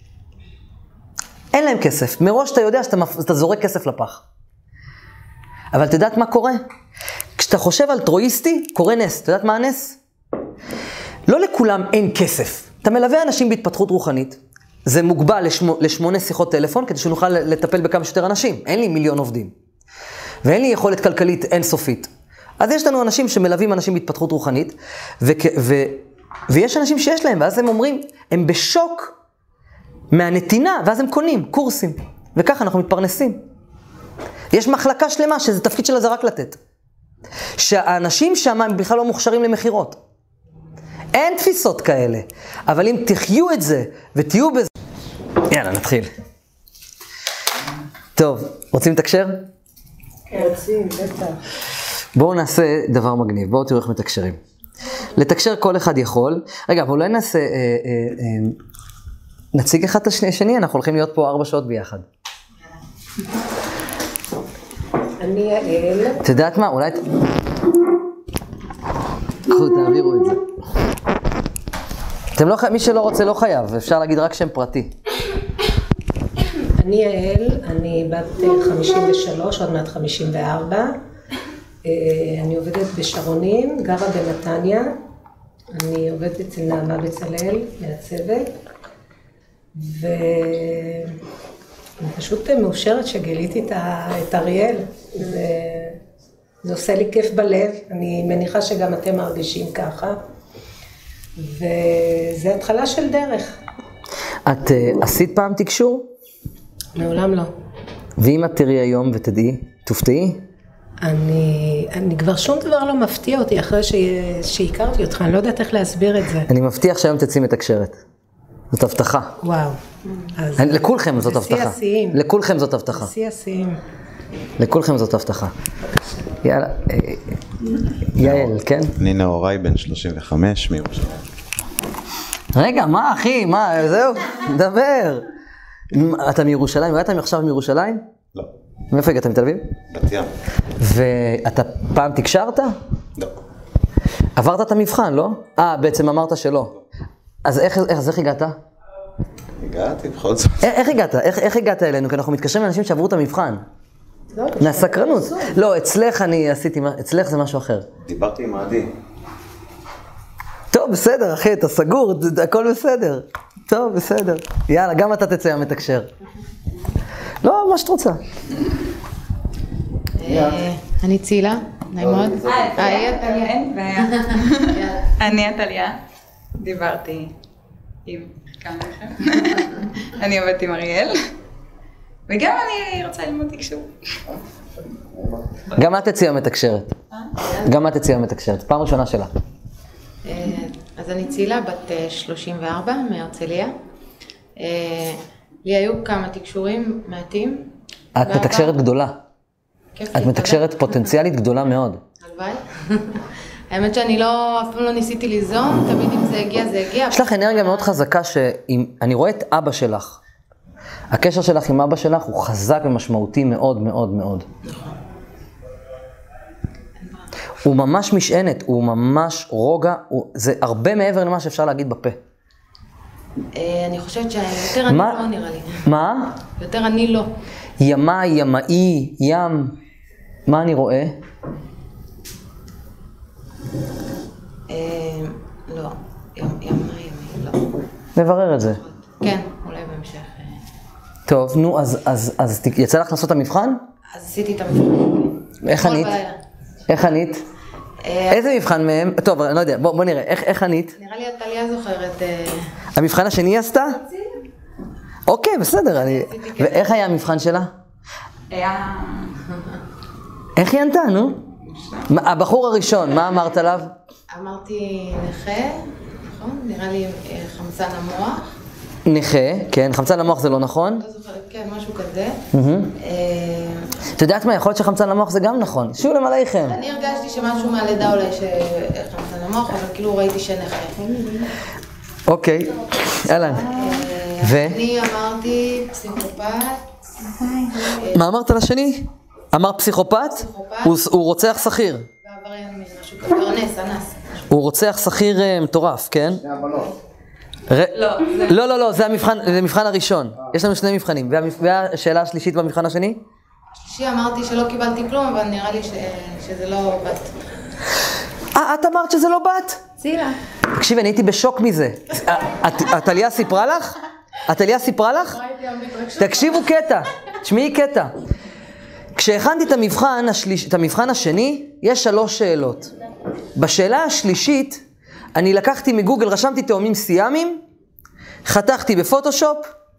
אין להם כסף. מראש אתה יודע שאתה זורק כסף לפח. אבל אתה יודעת מה קורה? כשאתה חושב אלטרואיסטי, קורה נס. אתה יודעת מה הנס? לא לכולם אין כסף. אתה מלווה אנשים בהתפתחות רוחנית. זה מוגבל ל8 שיחות טלפון, כדי שנוכל לטפל בכמה שיותר אנשים. אין לי 1,000,000 עובדים. ואין לי יכולת כלכלית אינסופית. אז יש לנו אנשים שמלווים אנשים בהתפתחות רוחנית, ויש אנשים שיש להם, ואז הם אומרים, הם בשוק מהנתינה, ואז הם קונים קורסים. וככה אנחנו מתפרנסים. יש מחלקה שלמה שזה תפקיד שלה זה רק לתת. שהאנשים שם הם בכלל לא מוכשרים למחירות. אין תפיסות כאלה. אבל אם תחיו את זה ותהיו בזה... יאללה, נתחיל. טוב, רוצים לתקשר? רוצים, בטח. בואו נעשה דבר מגניב, בואו תראו איך מתקשרים. לתקשר כל אחד יכול. רגע, אבל אולי נעשה... נציג אחד את השני, אנחנו הולכים להיות פה 4 שעות ביחד. אני יעל. את יודעת מה? אולי... קחו, תעבירו את זה. אתם לא חייב, מי שלא רוצה לא חייב, אפשר להגיד רק שם פרטי. אני יעל, אני בת 53, עוד מעט 54. אני עובדת בשרונים, גרה בנתניה. אני עובדת אצל נעמה בצלאל, מהצוות. ואני פשוט מאושרת שגיליתי את אריאל. זה עושה לי כיף בלב, אני מניחה שגם אתם מרגישים ככה. וזה התחלה של דרך. את עשית פעם תקשור? מעולם לא. ואם את תראי היום ותדעי, תופתעי? אני כבר שום דבר לא מפתיע אותי אחרי שהכרתי אותך, אני לא יודעת איך להסביר את זה. אני מבטיח שהיום תצאי מתקשרת. זאת הבטחה. וואו. לכולכם זאת הבטחה. זה שיאים. לכולכם זאת הבטחה. זה שיאים. לכולכם זאת הבטחה. יאללה, יעל, כן? אני נאורי בן 35 מירושלים. רגע, מה אחי? מה? זהו, דבר. אתה מירושלים? ראיתם עכשיו מירושלים? לא. מאיפה הגעת? מתל אביב? בת ים. ואתה פעם תקשרת? לא. עברת את המבחן, לא? בעצם אמרת שלא. אז איך הגעת? הגעתי בכל זאת. איך הגעת? איך הגעת אלינו? כי אנחנו מתקשרים לאנשים שעברו את המבחן. מהסקרנות. לא, אצלך אני עשיתי, אצלך זה משהו אחר. דיברתי עם עדי. טוב, בסדר, אחי, אתה סגור, הכל בסדר. טוב, בסדר. יאללה, גם אתה תצא המתקשר. לא, מה שאת רוצה. אני צילה, נעים מאוד. היי, עתליה, אין בעיה. אני עתליה. דיברתי עם כמה לכם. אני עובדת עם אריאל. וגם אני רוצה ללמוד תקשור. גם את יציאה מתקשרת. גם את יציאה מתקשרת. פעם ראשונה שלה. אז אני צילה, בת 34 מהרצליה. לי היו כמה תקשורים מעטים. את מתקשרת גדולה. את מתקשרת פוטנציאלית גדולה מאוד. הלוואי. האמת שאני אף פעם לא ניסיתי ליזום, תמיד אם זה הגיע, זה הגיע. יש לך אנרגיה מאוד חזקה אני רואה את אבא שלך. הקשר שלך עם אבא שלך הוא חזק ומשמעותי מאוד מאוד מאוד. הוא ממש משענת, הוא ממש רוגע, זה הרבה מעבר למה שאפשר להגיד בפה. אני חושבת שיותר אני לא נראה לי. מה? יותר אני לא. ימה, ימאי, ים. מה אני רואה? לא. ימאי, לא. נברר את זה. כן, אולי בהמשך. טוב, נו, אז יצא לך לעשות את המבחן? אז עשיתי את המבחן. איך ענית? איך ענית? איזה מבחן מהם? טוב, אני לא יודע, בוא נראה, איך ענית? נראה לי עתליה זוכרת. המבחן השני עשתה? אוקיי, בסדר. ואיך היה המבחן שלה? היה... איך היא ענתה, נו? הבחור הראשון, מה אמרת עליו? אמרתי נכה, נכון? נראה לי חמצן המוח. נכה, כן, חמצן המוח זה לא נכון? לא זוכרת, כן, משהו כזה. את יודעת מה, יכול להיות שחמצן המוח זה גם נכון. שולם עליכם. אני הרגשתי שמשהו מהלידה אולי שחמצן המוח, אבל כאילו ראיתי שנכה. אוקיי, יאללה. אני אמרתי פסיכופת. מה אמרת לשני? אמר פסיכופת? הוא רוצח שכיר. ועבריין משהו כזה, אנס. הוא רוצח שכיר מטורף, כן? שני הבנות. לא, זה המבחן הראשון. יש לנו שני מבחנים. והשאלה השלישית במבחן השני? השלישי אמרתי שלא קיבלתי כלום, אבל נראה לי שזה לא בת. את אמרת שזה לא בת? צילה. תקשיב, אני הייתי בשוק מזה. עתליה סיפרה לך? עתליה סיפרה לך? תקשיבו קטע, תשמעי קטע. כשהכנתי את המבחן השני, יש 3 שאלות. בשאלה השלישית, אני לקחתי מגוגל, רשמתי תאומים סיאמיים, חתכתי בפוטושופ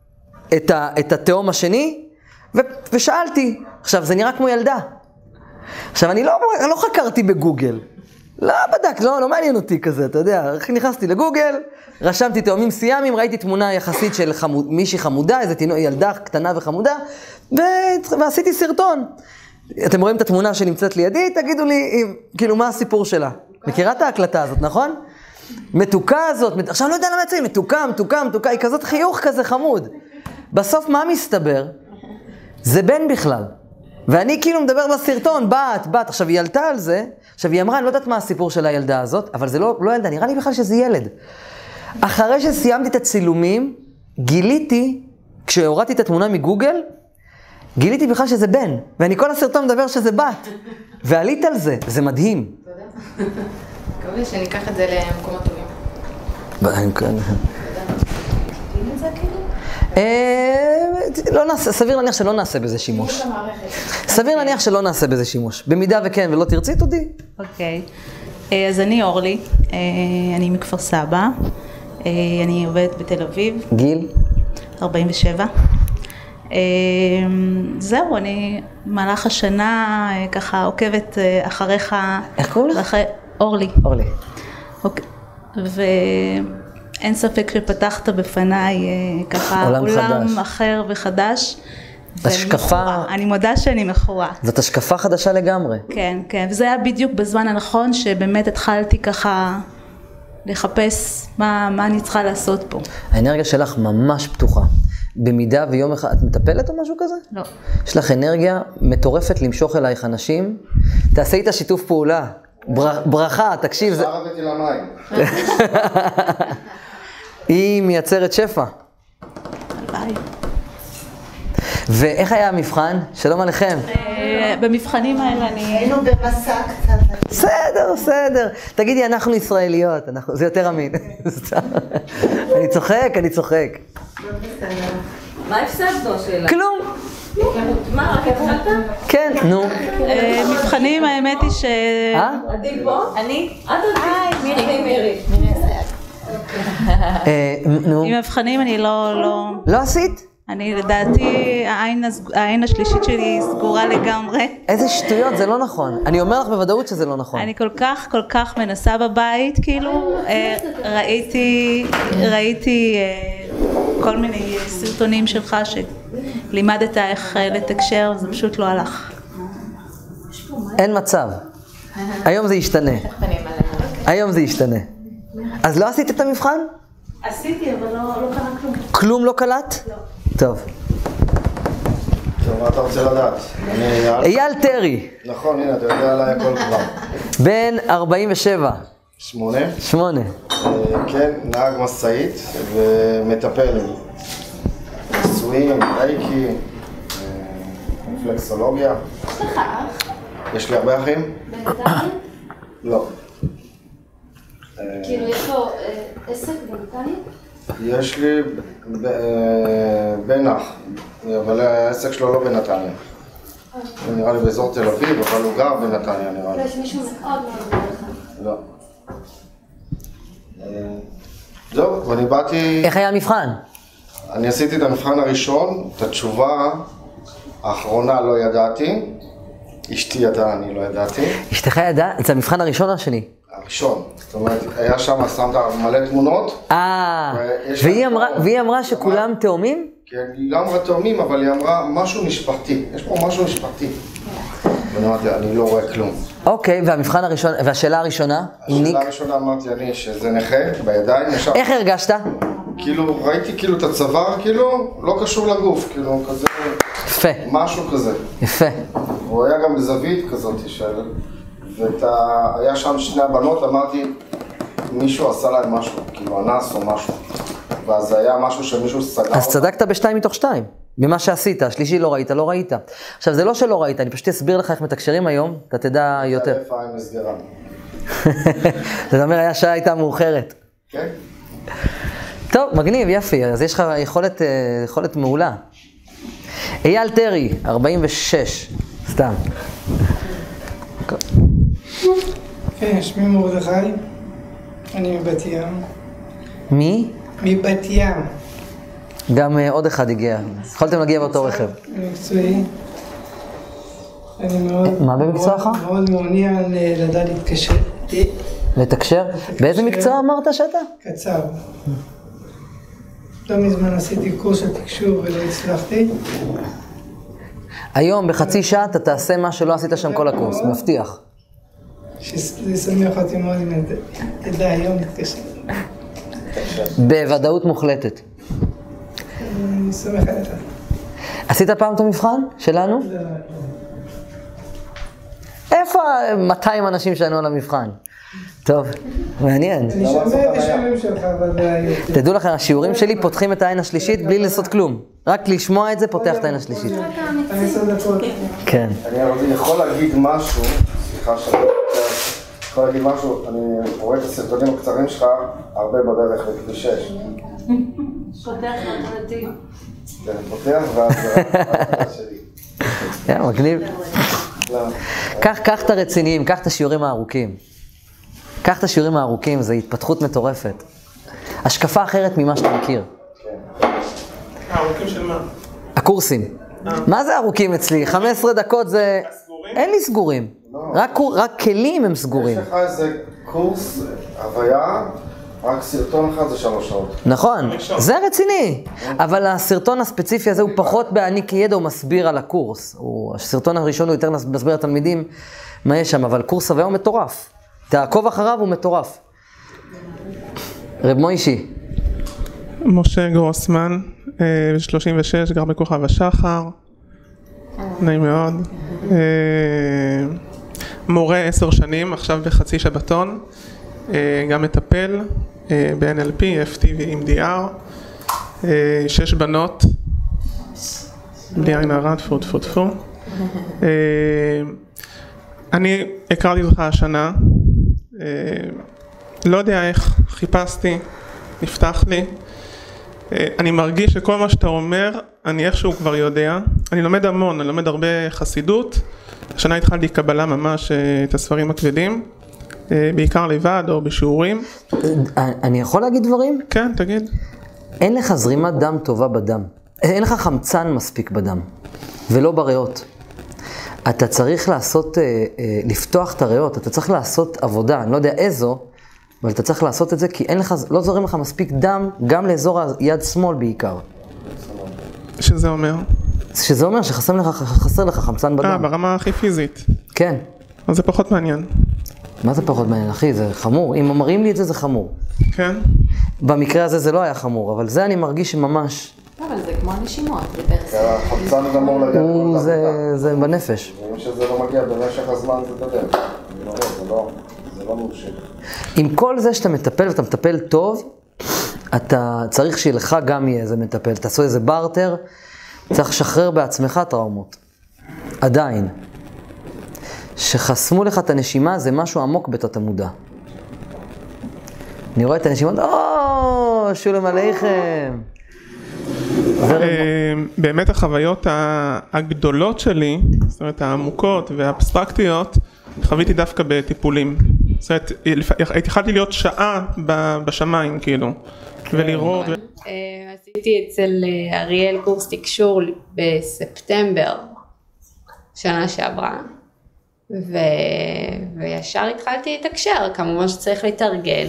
את התאום השני, ושאלתי. עכשיו, זה נראה כמו ילדה. עכשיו, אני לא חקרתי בגוגל. לא בדק, לא מעניין אותי כזה, אתה יודע. נכנסתי לגוגל, רשמתי תאומים סיאמיים, ראיתי תמונה יחסית של מישהי חמודה, איזו ילדה קטנה וחמודה, ועשיתי סרטון. אתם רואים את התמונה שנמצאת לידי, תגידו לי, כאילו, מה הסיפור שלה? מכירה את ההקלטה הזאת, נכון? מתוקה הזאת, עכשיו לא יודע למה יצאים, מתוקה, היא כזאת חיוך כזה חמוד. בסוף מה מסתבר? זה בן בכלל. ואני כאילו מדבר בסרטון, בת, עכשיו היא ילתה על זה, עכשיו היא אמרה, אני לא יודעת מה הסיפור של הילדה הזאת, אבל זה לא ילדה, נראה לי בכלל שזה ילד. אחרי שסיימתי את הצילומים, גיליתי, כשהורדתי את התמונה מגוגל, גיליתי בכלל שזה בן, ואני כל הסרטון מדבר שזה בת, ועלית על זה, זה מדהים. תודה. מקווה שניקח את זה למקומות טובים. סביר להניח שלא נעשה בזה שימוש. סביר להניח שלא נעשה בזה שימוש. במידה וכן ולא תרצי, תודי. אוקיי. אז אני אורלי, אני מכפר סבא, אני עובדת בתל אביב. גיל? 47. זהו, אני במהלך השנה ככה עוקבת אחריך. איך קוראים לך? אורלי. אורלי. ואין ספק שפתחת בפניי ככה עולם אחר וחדש. השקפה. אני מודה שאני מכורה. זאת השקפה חדשה לגמרי. כן, כן. וזה היה בדיוק בזמן הנכון שבאמת התחלתי ככה לחפש מה אני צריכה לעשות פה. האנרגיה שלך ממש פתוחה. במידה ויום אחד, את מטפלת או משהו כזה? לא. יש לך אנרגיה מטורפת למשוך אלייך אנשים. תעשה איתה שיתוף פעולה. ברכה, תקשיב. שרבתי למים. היא מייצרת שפע. ביי. ואיך היה המבחן? שלום עליכם. במבחנים האלה אני... היינו במסע קצת. בסדר. תגידי, אנחנו ישראליות, זה יותר אמין. אני צוחק. מה הפסדת השאלה? כלום. מה, רק התחלת? כן, נו. מבחנים, האמת היא ש... עדי פה? אני? מירי. נו. עם מבחנים אני לא... לא עשית? אני לדעתי, העין השלישית שלי סגורה לגמרי. איזה שטויות, זה לא נכון. אני אומר לך בוודאות שזה לא נכון. אני כל כך מנסה בבית, כאילו, ראיתי כל מיני סרטונים שלך שלימדת איך לתקשר, זה פשוט לא הלך. אין מצב. היום זה ישתנה. היום זה ישתנה. אז לא עשית את המבחן? עשיתי, אבל לא קרה כלום. כלום לא קלט? לא. טוב. מה אתה רוצה לדעת? אייל טרי. נכון, הנה, אתה יודע עליי הכל כבר. בן 47. 8. כן, נהג משאית ומטפל. ניסויים, רייקי, רפלקסולוגיה. יש לך אח? יש לי הרבה אחים? בנתניה? לא. כאילו יש לו עסק בנתניה? יש לי בן אח, אבל העסק שלו לא בנתניה. הוא נראה לי באזור תל אביב, אבל הוא גר בנתניה נראה לי. יש מישהו מאוד מאוד לא. זהו, ואני באתי... איך היה המבחן? אני עשיתי את המבחן הראשון, את התשובה האחרונה לא ידעתי. אשתי ידעה, אני לא ידעתי. אשתך ידעה? זה המבחן הראשון או השני? הראשון. זאת אומרת, היה שם, שמת מלא תמונות. והיא אמרה שכולם תאומים? כן, היא לא אמרה תאומים, אבל היא אמרה משהו משפחתי. יש פה משהו משפחתי. ואני אמרתי, אני לא רואה כלום. אוקיי, והמבחן הראשון, והשאלה הראשונה? השאלה הראשונה אמרתי אני שזה נכה, בידיים. איך הרגשת? כאילו, ראיתי כאילו את הצוואר, כאילו, לא קשור לגוף, כאילו, כזה... יפה. משהו כזה. יפה. הוא היה גם בזווית כזאת של... והיה שם שני הבנות, אמרתי, מישהו עשה להם משהו, כאילו אנס או משהו. ואז היה משהו שמישהו סגר. אז צדקת ב2 מתוך 2, במה שעשית, השלישי לא ראית, לא ראית. עכשיו זה לא שלא ראית, אני פשוט אסביר לך איך מתקשרים היום, אתה תדע יותר. זה איפה עם מסגרה. זאת אומרת, השעה הייתה מאוחרת. כן. טוב, מגניב, יפי, אז יש לך יכולת מעולה. אייל טרי, 46, סתם. כן, שמי מרדכי, אני מבת ים. מי? מבת ים. גם עוד אחד הגיע, יכולתם להגיע באותו רכב. מקצועי. אני מאוד... מה במקצועך? מאוד מעוניין לדעת להתקשר. לתקשר? באיזה מקצוע אמרת שאתה? קצר. לא מזמן עשיתי קורס של תקשור ולא הצלחתי. היום בחצי שעה אתה תעשה מה שלא עשית שם כל הקורס, מבטיח. שזה ישמח אותי מאוד אם תדע היום להתקשר. בוודאות מוחלטת. אני שמח עליך. עשית פעם את המבחן שלנו? לא. איפה 200 אנשים שענו על המבחן? טוב, מעניין. אני שומע את השיעורים שלך, אבל זה היה... תדעו לכם, השיעורים שלי פותחים את העין השלישית בלי לעשות כלום. רק לשמוע את זה פותח את העין השלישית. אני 10 דקות. כן. אני יכול להגיד משהו, סליחה שאני יכול להגיד משהו, אני רואה את הסרטונים הקצרים שלך הרבה בדרך לכביש 6. פותח מהתנתיב. זה פותח ואז זה שלי. מגניב. קח את הרציניים, קח את השיעורים הארוכים. קח את השיעורים הארוכים, זה התפתחות מטורפת. השקפה אחרת ממה שאתה מכיר. הארוכים של מה? הקורסים. מה זה ארוכים אצלי? 15 דקות זה... אין לי סגורים. רק כלים הם סגורים. יש לך איזה קורס, הוויה, רק סרטון אחד זה 3 שעות. נכון, זה רציני. אבל הסרטון הספציפי הזה הוא פחות בהעניק ידע, הוא מסביר על הקורס. הסרטון הראשון הוא יותר מסביר לתלמידים מה יש שם, אבל קורס הוויה הוא מטורף. תעקוב אחריו הוא מטורף. רב מוישי. משה גרוסמן, 36, גר בכוכב השחר. נעים מאוד. מורה 10 שנים, עכשיו בחצי שבתון. גם מטפל ב-NLP, FT ו-EMDR. 6 בנות. בלי עין הרע, טפו טפו טפו. אני הכרתי אותך השנה. לא יודע איך, חיפשתי, נפתח לי. אני מרגיש שכל מה שאתה אומר, אני איכשהו כבר יודע. אני לומד המון, אני לומד הרבה חסידות. השנה התחלתי קבלה ממש את הספרים הכבדים, בעיקר לבד או בשיעורים. אני יכול להגיד דברים? כן, תגיד. אין לך זרימת דם טובה בדם. אין לך חמצן מספיק בדם, ולא בריאות. אתה צריך לעשות, לפתוח את הריאות, אתה צריך לעשות עבודה, אני לא יודע איזו, אבל אתה צריך לעשות את זה כי אין לך, לא זורם לך מספיק דם, גם לאזור היד שמאל בעיקר. שזה אומר? שזה אומר שחסר לך חמצן בדם. ברמה הכי פיזית. כן. אז זה פחות מעניין. מה זה פחות מעניין, אחי? זה חמור. אם אומרים לי את זה, זה חמור. כן. במקרה הזה זה לא היה חמור, אבל זה אני מרגיש שממש... אבל זה כמו נשימות, זה בעצם. החמצן גם אמור להגיע. זה בנפש. ואם שזה לא מגיע במשך הזמן זה דבר. זה לא מאושר. עם כל זה שאתה מטפל ואתה מטפל טוב, אתה צריך שלך גם יהיה איזה מטפל. תעשו איזה בארטר, צריך לשחרר בעצמך טראומות. עדיין. שחסמו לך את הנשימה זה משהו עמוק בתת המודע. אני רואה את הנשימות, שולם עליכם. באמת החוויות הגדולות שלי, זאת אומרת העמוקות והאבסטרקטיות, חוויתי דווקא בטיפולים. זאת אומרת, התחלתי להיות שעה בשמיים כאילו, ולראות. עשיתי אצל אריאל קורס תקשור בספטמבר, שנה שעברה, וישר התחלתי לתקשר, כמובן שצריך להתרגל.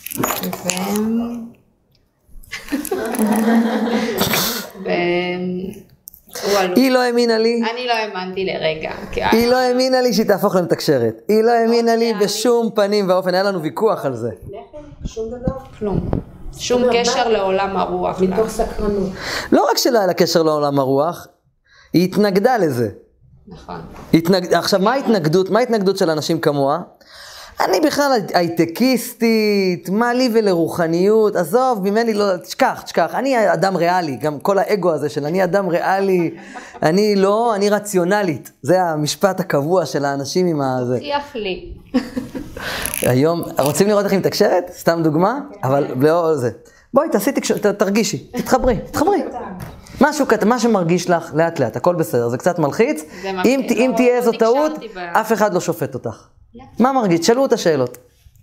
היא לא האמינה לי. אני לא האמנתי לרגע. היא לא האמינה לי שהיא תהפוך למתקשרת. היא לא האמינה לי בשום פנים ואופן, היה לנו ויכוח על זה. שום דבר? כלום. שום קשר לעולם הרוח. מתוך סקרנות. לא רק שלא היה לה קשר לעולם הרוח, היא התנגדה לזה. נכון. עכשיו, מה ההתנגדות של אנשים כמוה? אני בכלל הייטקיסטית, מה לי ולרוחניות, עזוב, ממני לא, תשכח, אני אדם ריאלי, גם כל האגו הזה של אני אדם ריאלי, אני רציונלית, זה המשפט הקבוע של האנשים עם הזה. תיח לי. היום, רוצים לראות איך היא מתקשרת? סתם דוגמה, אבל לא זה. בואי, תעשי תקשורת, תרגישי, תתחברי. משהו קטן, מה שמרגיש לך, לאט, הכל בסדר, זה קצת מלחיץ. אם תהיה איזו טעות, אף אחד לא שופט אותך. מה מרגיש? שאלו את השאלות.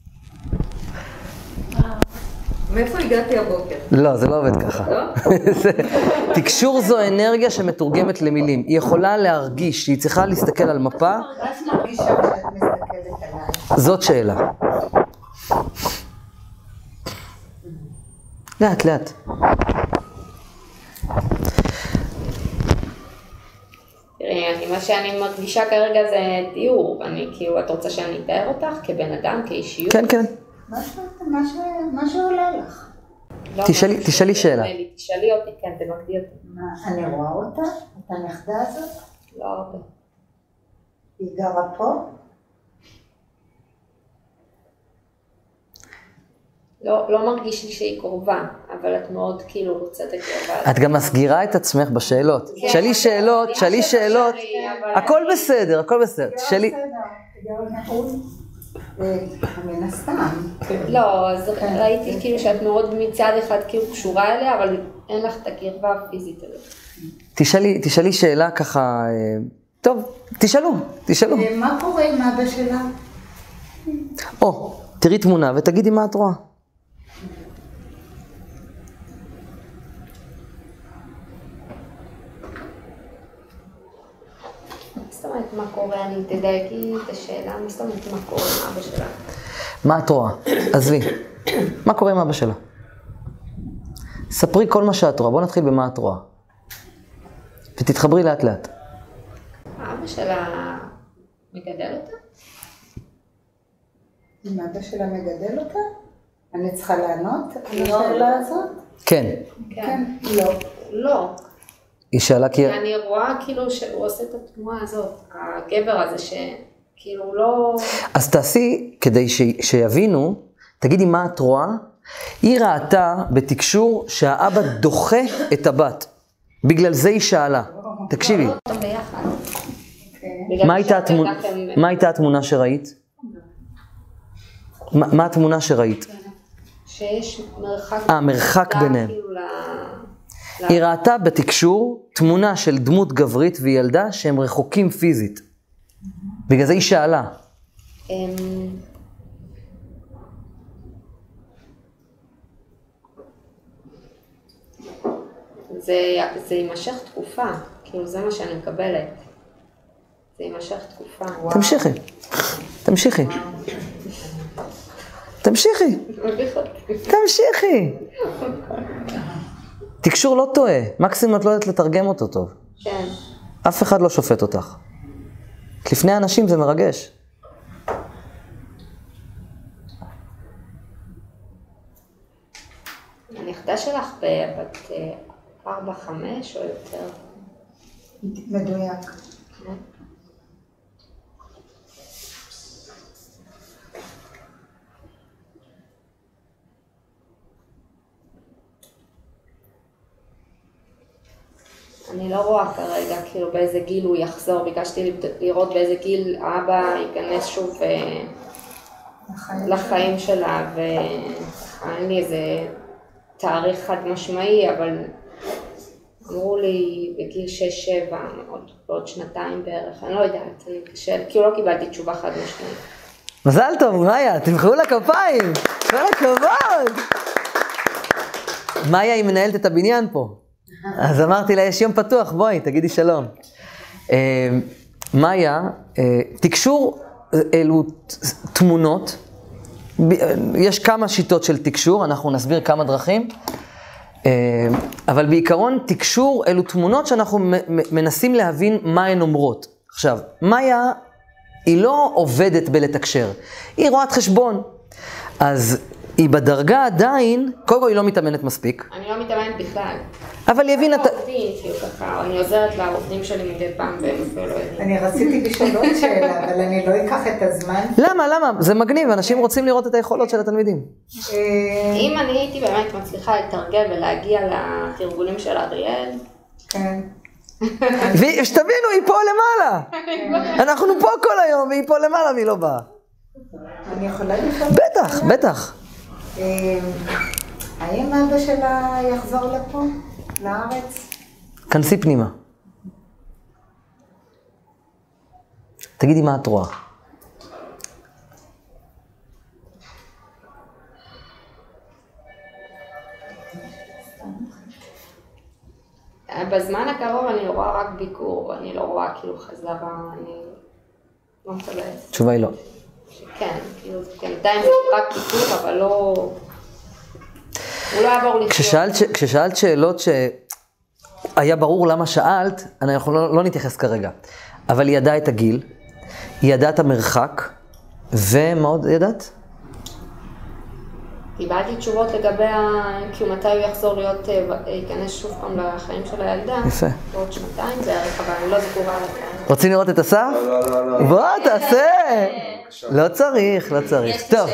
מאיפה הגעתי הבוקר? לא, זה לא עובד ככה. תקשור זו אנרגיה שמתורגמת למילים. היא יכולה להרגיש שהיא צריכה להסתכל על מפה. אז מרגישה שאת מסתכלת עליי. זאת שאלה. לאט. תראי, מה שאני מרגישה כרגע זה תיאור, כאילו, את רוצה שאני אתאר אותך כבן אדם, כאישיות? כן. מה שעולה לך. תשאלי שאלה. תשאלי אותי, כן, תמקדי אותי. אני רואה אותה? את הנכדה הזאת? לא הרבה. היא גרה פה? לא מרגיש לי שהיא קרובה, אבל את מאוד כאילו רוצה את הקרבה. את גם מסגירה את עצמך בשאלות. שאלי שאלות. הכל בסדר. תשאלי. מן הסתם. לא, אז ראיתי כאילו שאת מאוד מצד אחד כאילו קשורה אליה, אבל אין לך את הקרבה הפיזית הזאת. תשאלי שאלה ככה, טוב, תשאלו. מה קורה עם אבא שלה? תראי תמונה ותגידי מה את רואה. זאת אומרת, מה קורה? אני תדייקי את השאלה, זאת אומרת, מה קורה עם אבא שלה? מה את רואה? עזבי. מה קורה עם אבא שלה? ספרי כל מה שאת רואה. בוא נתחיל במה את רואה. ותתחברי לאט. אבא שלה מגדל אותה? אם אבא שלה מגדל אותה? אני צריכה לענות על השאלה הזאת? כן. לא. היא שאלה כי... אני רואה כאילו שהוא עושה את התנועה הזאת, הגבר הזה שכאילו לא... אז תעשי, כדי שיבינו, תגידי מה את רואה, היא ראתה בתקשור שהאבא דוחה את הבת. בגלל זה היא שאלה. תקשיבי. מה הייתה התמונה שראית? מה התמונה שראית? שיש מרחק... מרחק ביניהם. היא ראתה בתקשור תמונה של דמות גברית וילדה שהם רחוקים פיזית. בגלל זה היא שאלה. זה יימשך תקופה, כאילו זה מה שאני מקבלת. זה יימשך תקופה. תמשיכי, תמשיכי. תמשיכי. תמשיכי. תקשור לא טועה, מקסימום את לא יודעת לתרגם אותו טוב. כן. אף אחד לא שופט אותך. לפני אנשים זה מרגש. הנכדה שלך בת 4-5 או יותר? מדויק. אני לא רואה כרגע, כאילו באיזה גיל הוא יחזור, ביקשתי לראות באיזה גיל אבא ייכנס שוב לחיים שלה, ואין לי איזה תאריך חד משמעי, אבל אמרו לי בגיל 6-7, עוד שנתיים בערך, אני לא יודעת, אני קשה, כאילו לא קיבלתי תשובה חד משמעית. מזל טוב, מאיה, תמחאו לה כפיים, כל הכבוד. מאיה היא מנהלת את הבניין פה. אז אמרתי לה, יש יום פתוח, בואי, תגידי שלום. מאיה, תקשור אלו תמונות, יש כמה שיטות של תקשור, אנחנו נסביר כמה דרכים, אבל בעיקרון תקשור אלו תמונות שאנחנו מנסים להבין מה הן אומרות. עכשיו, מאיה היא לא עובדת בלתקשר, היא רואת חשבון, אז היא בדרגה עדיין, קודם כל היא לא מתאמנת מספיק. אני לא מתאמנת בכלל. אבל היא הבינה... אני עוזרת לעובדים שלי מדי פעם והם אפילו לא יודעים. אני רציתי לשאול עוד שאלה, אבל אני לא אקח את הזמן. למה? זה מגניב, אנשים רוצים לראות את היכולות של התלמידים. אם אני הייתי באמת מצליחה לתרגם ולהגיע לתרגולים של אריאל... כן. ושתבינו, היא פה למעלה. אנחנו פה כל היום, והיא פה למעלה והיא לא באה. אני יכולה לשאול? בטח, בטח. האם אבא שלה יחזור לפה, לארץ? כנסי פנימה. תגידי מה את רואה. בזמן הקרוב אני רואה רק ביקור, אני לא רואה כאילו חזרה, אני לא מקבלת. התשובה היא לא. כן, כאילו בינתיים זה רק ביקור, אבל לא... הוא לא יעבור לחיות. כששאלת שאלות שהיה ברור למה שאלת, אנחנו לא נתייחס כרגע. אבל היא ידעה את הגיל, היא ידעה את המרחק, ומה עוד ידעת? קיבלתי תשובות לגבי כאילו מתי הוא יחזור להיות, ייכנס שוב פעם לחיים של הילדה. יפה. עוד שנתיים בערך, אבל אני לא זכורה לכאן. רוצים לראות את הסף? לא. בוא, תעשה. לא צריך. טוב.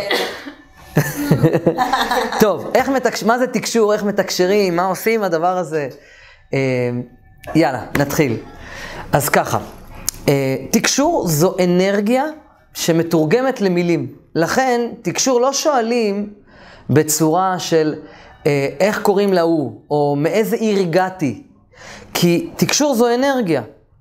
טוב, מה זה תקשור, איך מתקשרים, מה עושים הדבר הזה? יאללה, נתחיל. אז ככה, תקשור זו אנרגיה שמתורגמת למילים. לכן, תקשור לא שואלים בצורה של איך קוראים להוא, או מאיזה עיר הגעתי. כי תקשור זו אנרגיה.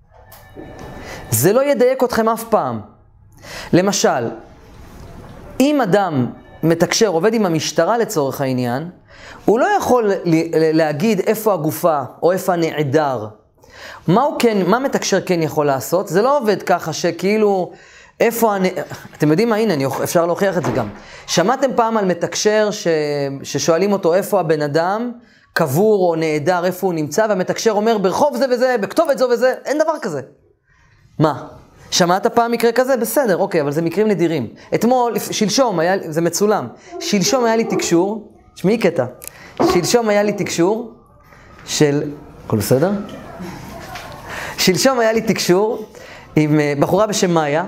זה לא ידייק אתכם אף פעם. למשל, אם אדם מתקשר, עובד עם המשטרה לצורך העניין, הוא לא יכול להגיד איפה הגופה או איפה הנעדר. מה מתקשר כן יכול לעשות? זה לא עובד ככה שכאילו, אתם יודעים מה? הנה, אפשר להוכיח את זה גם. שמעתם פעם על מתקשר ששואלים אותו איפה הבן אדם, קבור או נעדר, איפה הוא נמצא, והמתקשר אומר ברחוב זה וזה, בכתובת זו וזה, אין דבר כזה. מה? שמעת פעם מקרה כזה? בסדר, אוקיי, אבל זה מקרים נדירים. שלשום זה מצולם, שלשום היה לי תקשור, שמעי קטע, שלשום היה לי תקשור הכל בסדר? שלשום היה לי תקשור עם בחורה בשם מאיה,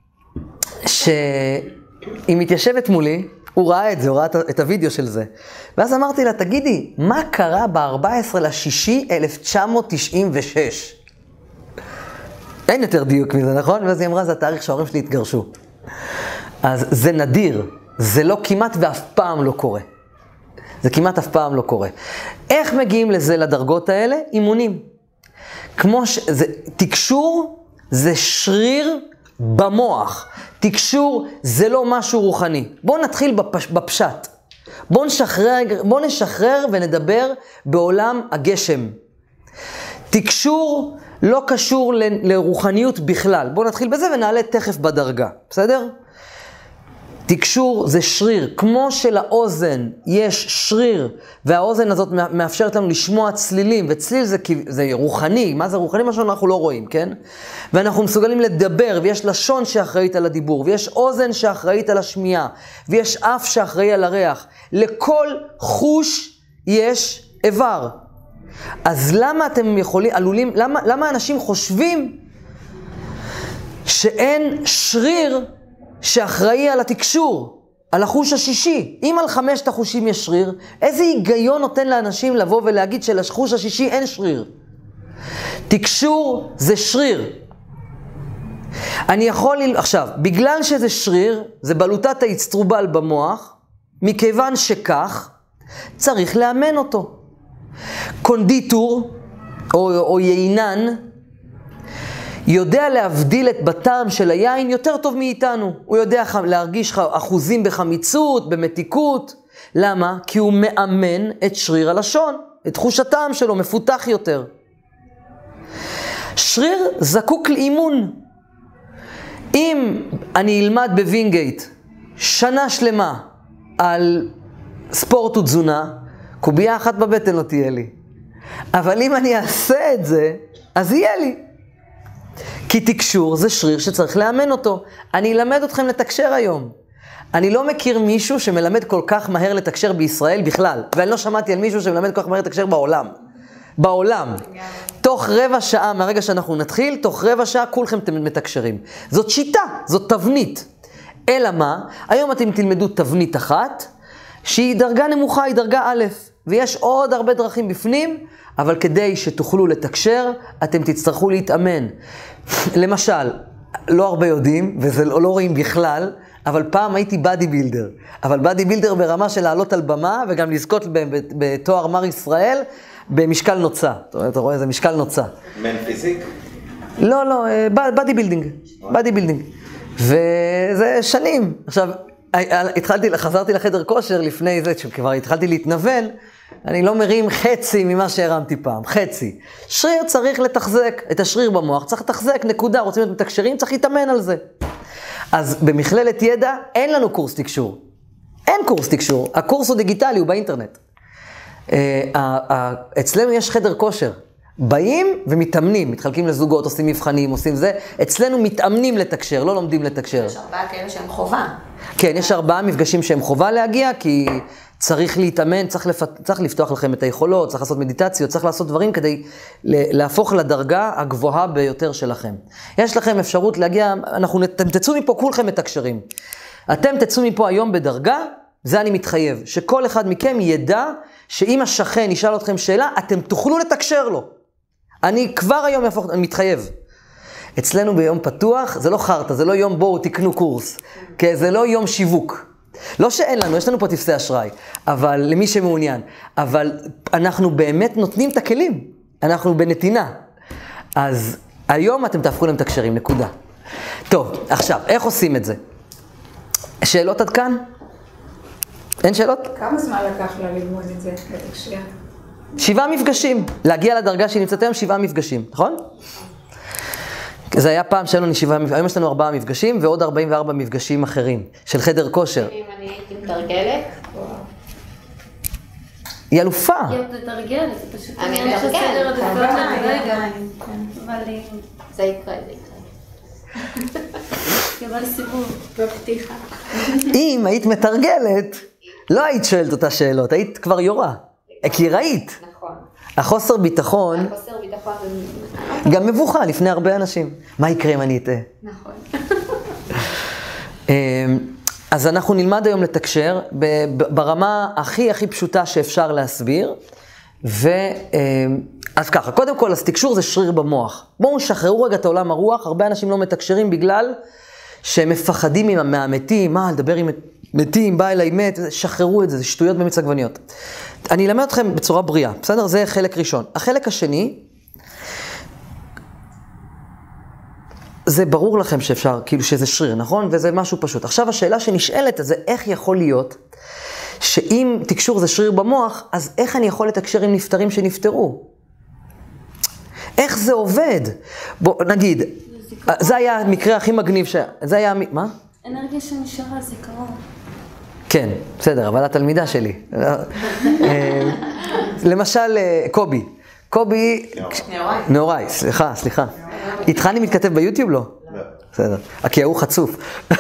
שהיא מתיישבת מולי, הוא ראה את זה, הוא ראה את הוידאו של זה. ואז אמרתי לה, תגידי, מה קרה ב-14/6/1996? אין יותר דיוק מזה, נכון? ואז היא אמרה, זה התאריך שההורים שלי התגרשו. אז זה נדיר, זה לא כמעט ואף פעם לא קורה. זה כמעט אף פעם לא קורה. איך מגיעים לזה, לדרגות האלה? אימונים. תקשור זה שריר במוח. תקשור זה לא משהו רוחני. בואו נתחיל בפשט. בואו נשחרר ונדבר בעולם הגשם. תקשור לא קשור לרוחניות בכלל. בואו נתחיל בזה ונעלה תכף בדרגה. בסדר? תקשור זה שריר. כמו שלאוזן יש שריר, והאוזן הזאת מאפשרת לנו לשמוע צלילים, וצליל זה רוחני. מה זה רוחני? מה שאנחנו לא רואים, כן? ואנחנו מסוגלים לדבר, ויש לשון שאחראית על הדיבור, ויש אוזן שאחראית על השמיעה, ויש אף שאחראי על הריח. לכל חוש יש איבר. אז למה אתם למה אנשים חושבים שאין שריר שאחראי על התקשור, על החוש השישי? אם על 5 החושים יש שריר, איזה היגיון נותן לאנשים לבוא ולהגיד שלחוש השישי אין שריר? תקשור זה שריר. אני יכול עכשיו, בגלל שזה שריר, זה בלוטת האצטרובל במוח, מכיוון שכך, צריך לאמן אותו. קונדיטור, או יינן, יודע להבדיל את בטעם של היין יותר טוב מאיתנו. הוא יודע להרגיש אחוזים בחמיצות, במתיקות. למה? כי הוא מאמן את שריר הלשון, את תחוש הטעם שלו, מפותח יותר. שריר זקוק לאימון. אם אני אלמד בווינגייט שנה שלמה על ספורט ותזונה, קובייה אחת בבטן לא תהיה לי. אבל אם אני אעשה את זה, אז יהיה לי. כי תקשור זה שריר שצריך לאמן אותו. אני אלמד אתכם לתקשר היום. אני לא מכיר מישהו שמלמד כל כך מהר לתקשר בישראל בכלל. ואני לא שמעתי על מישהו שמלמד כל כך מהר לתקשר בעולם. בעולם. תוך רבע שעה, מהרגע שאנחנו נתחיל, תוך רבע שעה כולכם מתקשרים. זאת שיטה, זאת תבנית. אלא מה? היום אתם תלמדו תבנית אחת, שהיא דרגה נמוכה, היא דרגה א', ויש עוד הרבה דרכים בפנים, אבל כדי שתוכלו לתקשר, אתם תצטרכו להתאמן. למשל, לא הרבה יודעים, וזה לא רואים בכלל, אבל פעם הייתי בדי בילדר. אבל בדי בילדר ברמה של לעלות על במה, וגם לזכות בתואר מר ישראל, במשקל נוצה. אתה רואה, זה משקל נוצה. מן פיזיק? לא, בדי בילדינג. בדי בילדינג. וזה שנים. עכשיו, חזרתי לחדר כושר לפני זה, כשכבר התחלתי להתנוון, אני לא מרים חצי ממה שהרמתי פעם, חצי. שריר צריך לתחזק, את השריר במוח צריך לתחזק, נקודה, רוצים להיות מתקשרים, צריך להתאמן על זה. אז במכללת ידע אין לנו קורס תקשור. אין קורס תקשור, הקורס הוא דיגיטלי, הוא באינטרנט. אצלנו יש חדר כושר. באים ומתאמנים, מתחלקים לזוגות, עושים מבחנים, עושים זה. אצלנו מתאמנים לתקשר, לא לומדים לתקשר. יש 4 כאלה שהם חובה. כן, יש 4 מפגשים שהם חובה להגיע, כי צריך להתאמן, צריך לפתוח לכם את היכולות, צריך לעשות מדיטציות, צריך לעשות דברים כדי להפוך לדרגה הגבוהה ביותר שלכם. יש לכם אפשרות להגיע, אתם תצאו מפה כולכם מתקשרים. אתם תצאו מפה היום בדרגה, זה אני מתחייב, שכל אחד מכם ידע שאם השכן ישאל אתכם שאלה, אתם תוכלו לתקשר לו. אני כבר היום אני מתחייב. אצלנו ביום פתוח, זה לא חרטה, זה לא יום בואו תקנו קורס, כי זה לא יום שיווק. לא שאין לנו, יש לנו פה תפסי אשראי, אבל למי שמעוניין. אבל אנחנו באמת נותנים את הכלים, אנחנו בנתינה. אז היום אתם תהפכו להם תקשרים, נקודה. טוב, עכשיו, איך עושים את זה? שאלות עד כאן? אין שאלות? כמה זמן לקח לה ללמוד את זה, לתקשר? 7 מפגשים. להגיע לדרגה שהיא נמצאת היום 7 מפגשים, נכון? זה היה פעם שהיו לנו 7 מפגשים, היום יש לנו 4 מפגשים ועוד 44 מפגשים אחרים של חדר כושר. אם אני הייתי מתרגלת? היא אלופה. היא מתרגלת, זה פשוט אני עניין של סדר עדיפויות לרגע. זה יקרה. קיבל סיבוב. בפתיחה. אם היית מתרגלת, לא היית שואלת אותה שאלות, היית כבר יורה. כי ראית. נכון. החוסר ביטחון, גם מבוכה לפני הרבה אנשים. מה יקרה אם אני אטעה? נכון. אז אנחנו נלמד היום לתקשר ברמה הכי פשוטה שאפשר להסביר. אז ככה, קודם כל, אז תקשור זה שריר במוח. בואו נשחררו רגע את עולם הרוח. הרבה אנשים לא מתקשרים בגלל שהם מפחדים מהמתים, לדבר מתים, בא אליי מת, שחררו את זה, זה שטויות במיץ עגבניות. אני אלמד אתכם בצורה בריאה, בסדר? זה חלק ראשון. החלק השני, זה ברור לכם שאפשר, כאילו שזה שריר, נכון? וזה משהו פשוט. עכשיו השאלה שנשאלת זה איך יכול להיות שאם תקשור זה שריר במוח, אז איך אני יכול לתקשר עם נפטרים שנפטרו? איך זה עובד? בוא נגיד, זה היה המקרה הכי מגניב זה היה, מה? אנרגיה שנשארה, זיכרון. כן, בסדר, אבל התלמידה שלי. למשל, קובי, נאורי, סליחה. איתך אני מתכתב ביוטיוב? לא? לא. בסדר, כי הוא חצוף.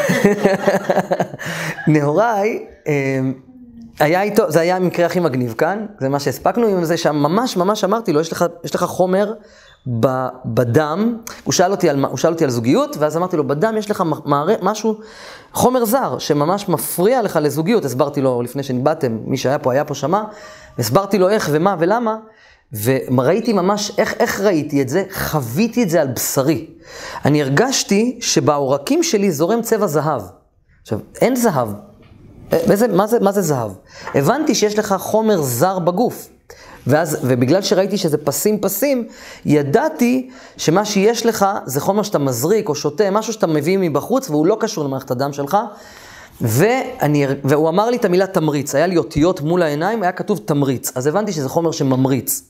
נאורי, היה איתו, זה היה המקרה הכי מגניב כאן, זה מה שהספקנו עם זה, שממש אמרתי לו, יש לך חומר בדם, הוא שאל אותי על זוגיות, ואז אמרתי לו, בדם יש לך משהו, חומר זר, שממש מפריע לך לזוגיות, הסברתי לו לפני שנבאתם, מי שהיה פה היה פה שמע, הסברתי לו איך ומה ולמה, וראיתי ממש, איך ראיתי את זה? חוויתי את זה על בשרי. אני הרגשתי שבעורקים שלי זורם צבע זהב. עכשיו, אין זהב. מה זה זהב? הבנתי שיש לך חומר זר בגוף. ובגלל שראיתי שזה פסים, ידעתי שמה שיש לך זה חומר שאתה מזריק או שותה, משהו שאתה מביא מבחוץ והוא לא קשור למערכת הדם שלך. והוא אמר לי את המילה תמריץ, היה לי אותיות מול העיניים, היה כתוב תמריץ. אז הבנתי שזה חומר שממריץ.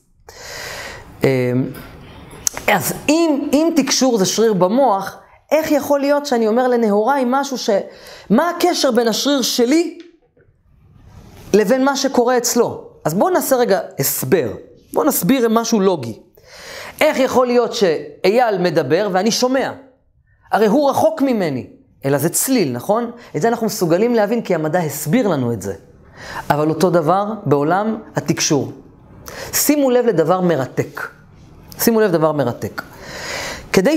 אז אם תקשור זה שריר במוח, איך יכול להיות שאני אומר לנהוראי משהו מה הקשר בין השריר שלי לבין מה שקורה אצלו? אז בואו נעשה רגע הסבר. בואו נסביר משהו לוגי. איך יכול להיות שאייל מדבר ואני שומע? הרי הוא רחוק ממני. אלא זה צליל, נכון? את זה אנחנו מסוגלים להבין כי המדע הסביר לנו את זה. אבל אותו דבר בעולם התקשור. שימו לב לדבר מרתק. כדי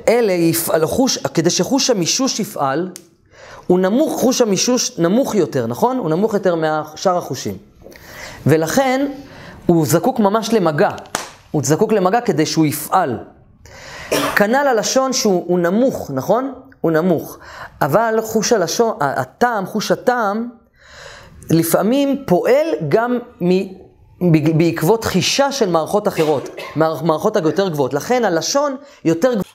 שחוש המישוש יפעל, חוש המישוש נמוך יותר, נכון? הוא נמוך יותר מהשאר החושים. ולכן הוא זקוק ממש למגע. הוא זקוק למגע כדי שהוא יפעל. כנ"ל הלשון שהוא נמוך, נכון? הוא נמוך. אבל חוש הלשון, חוש הטעם, לפעמים פועל גם בעקבות חישה של מערכות אחרות, מערכות היותר גבוהות. לכן הלשון יותר גבוהות.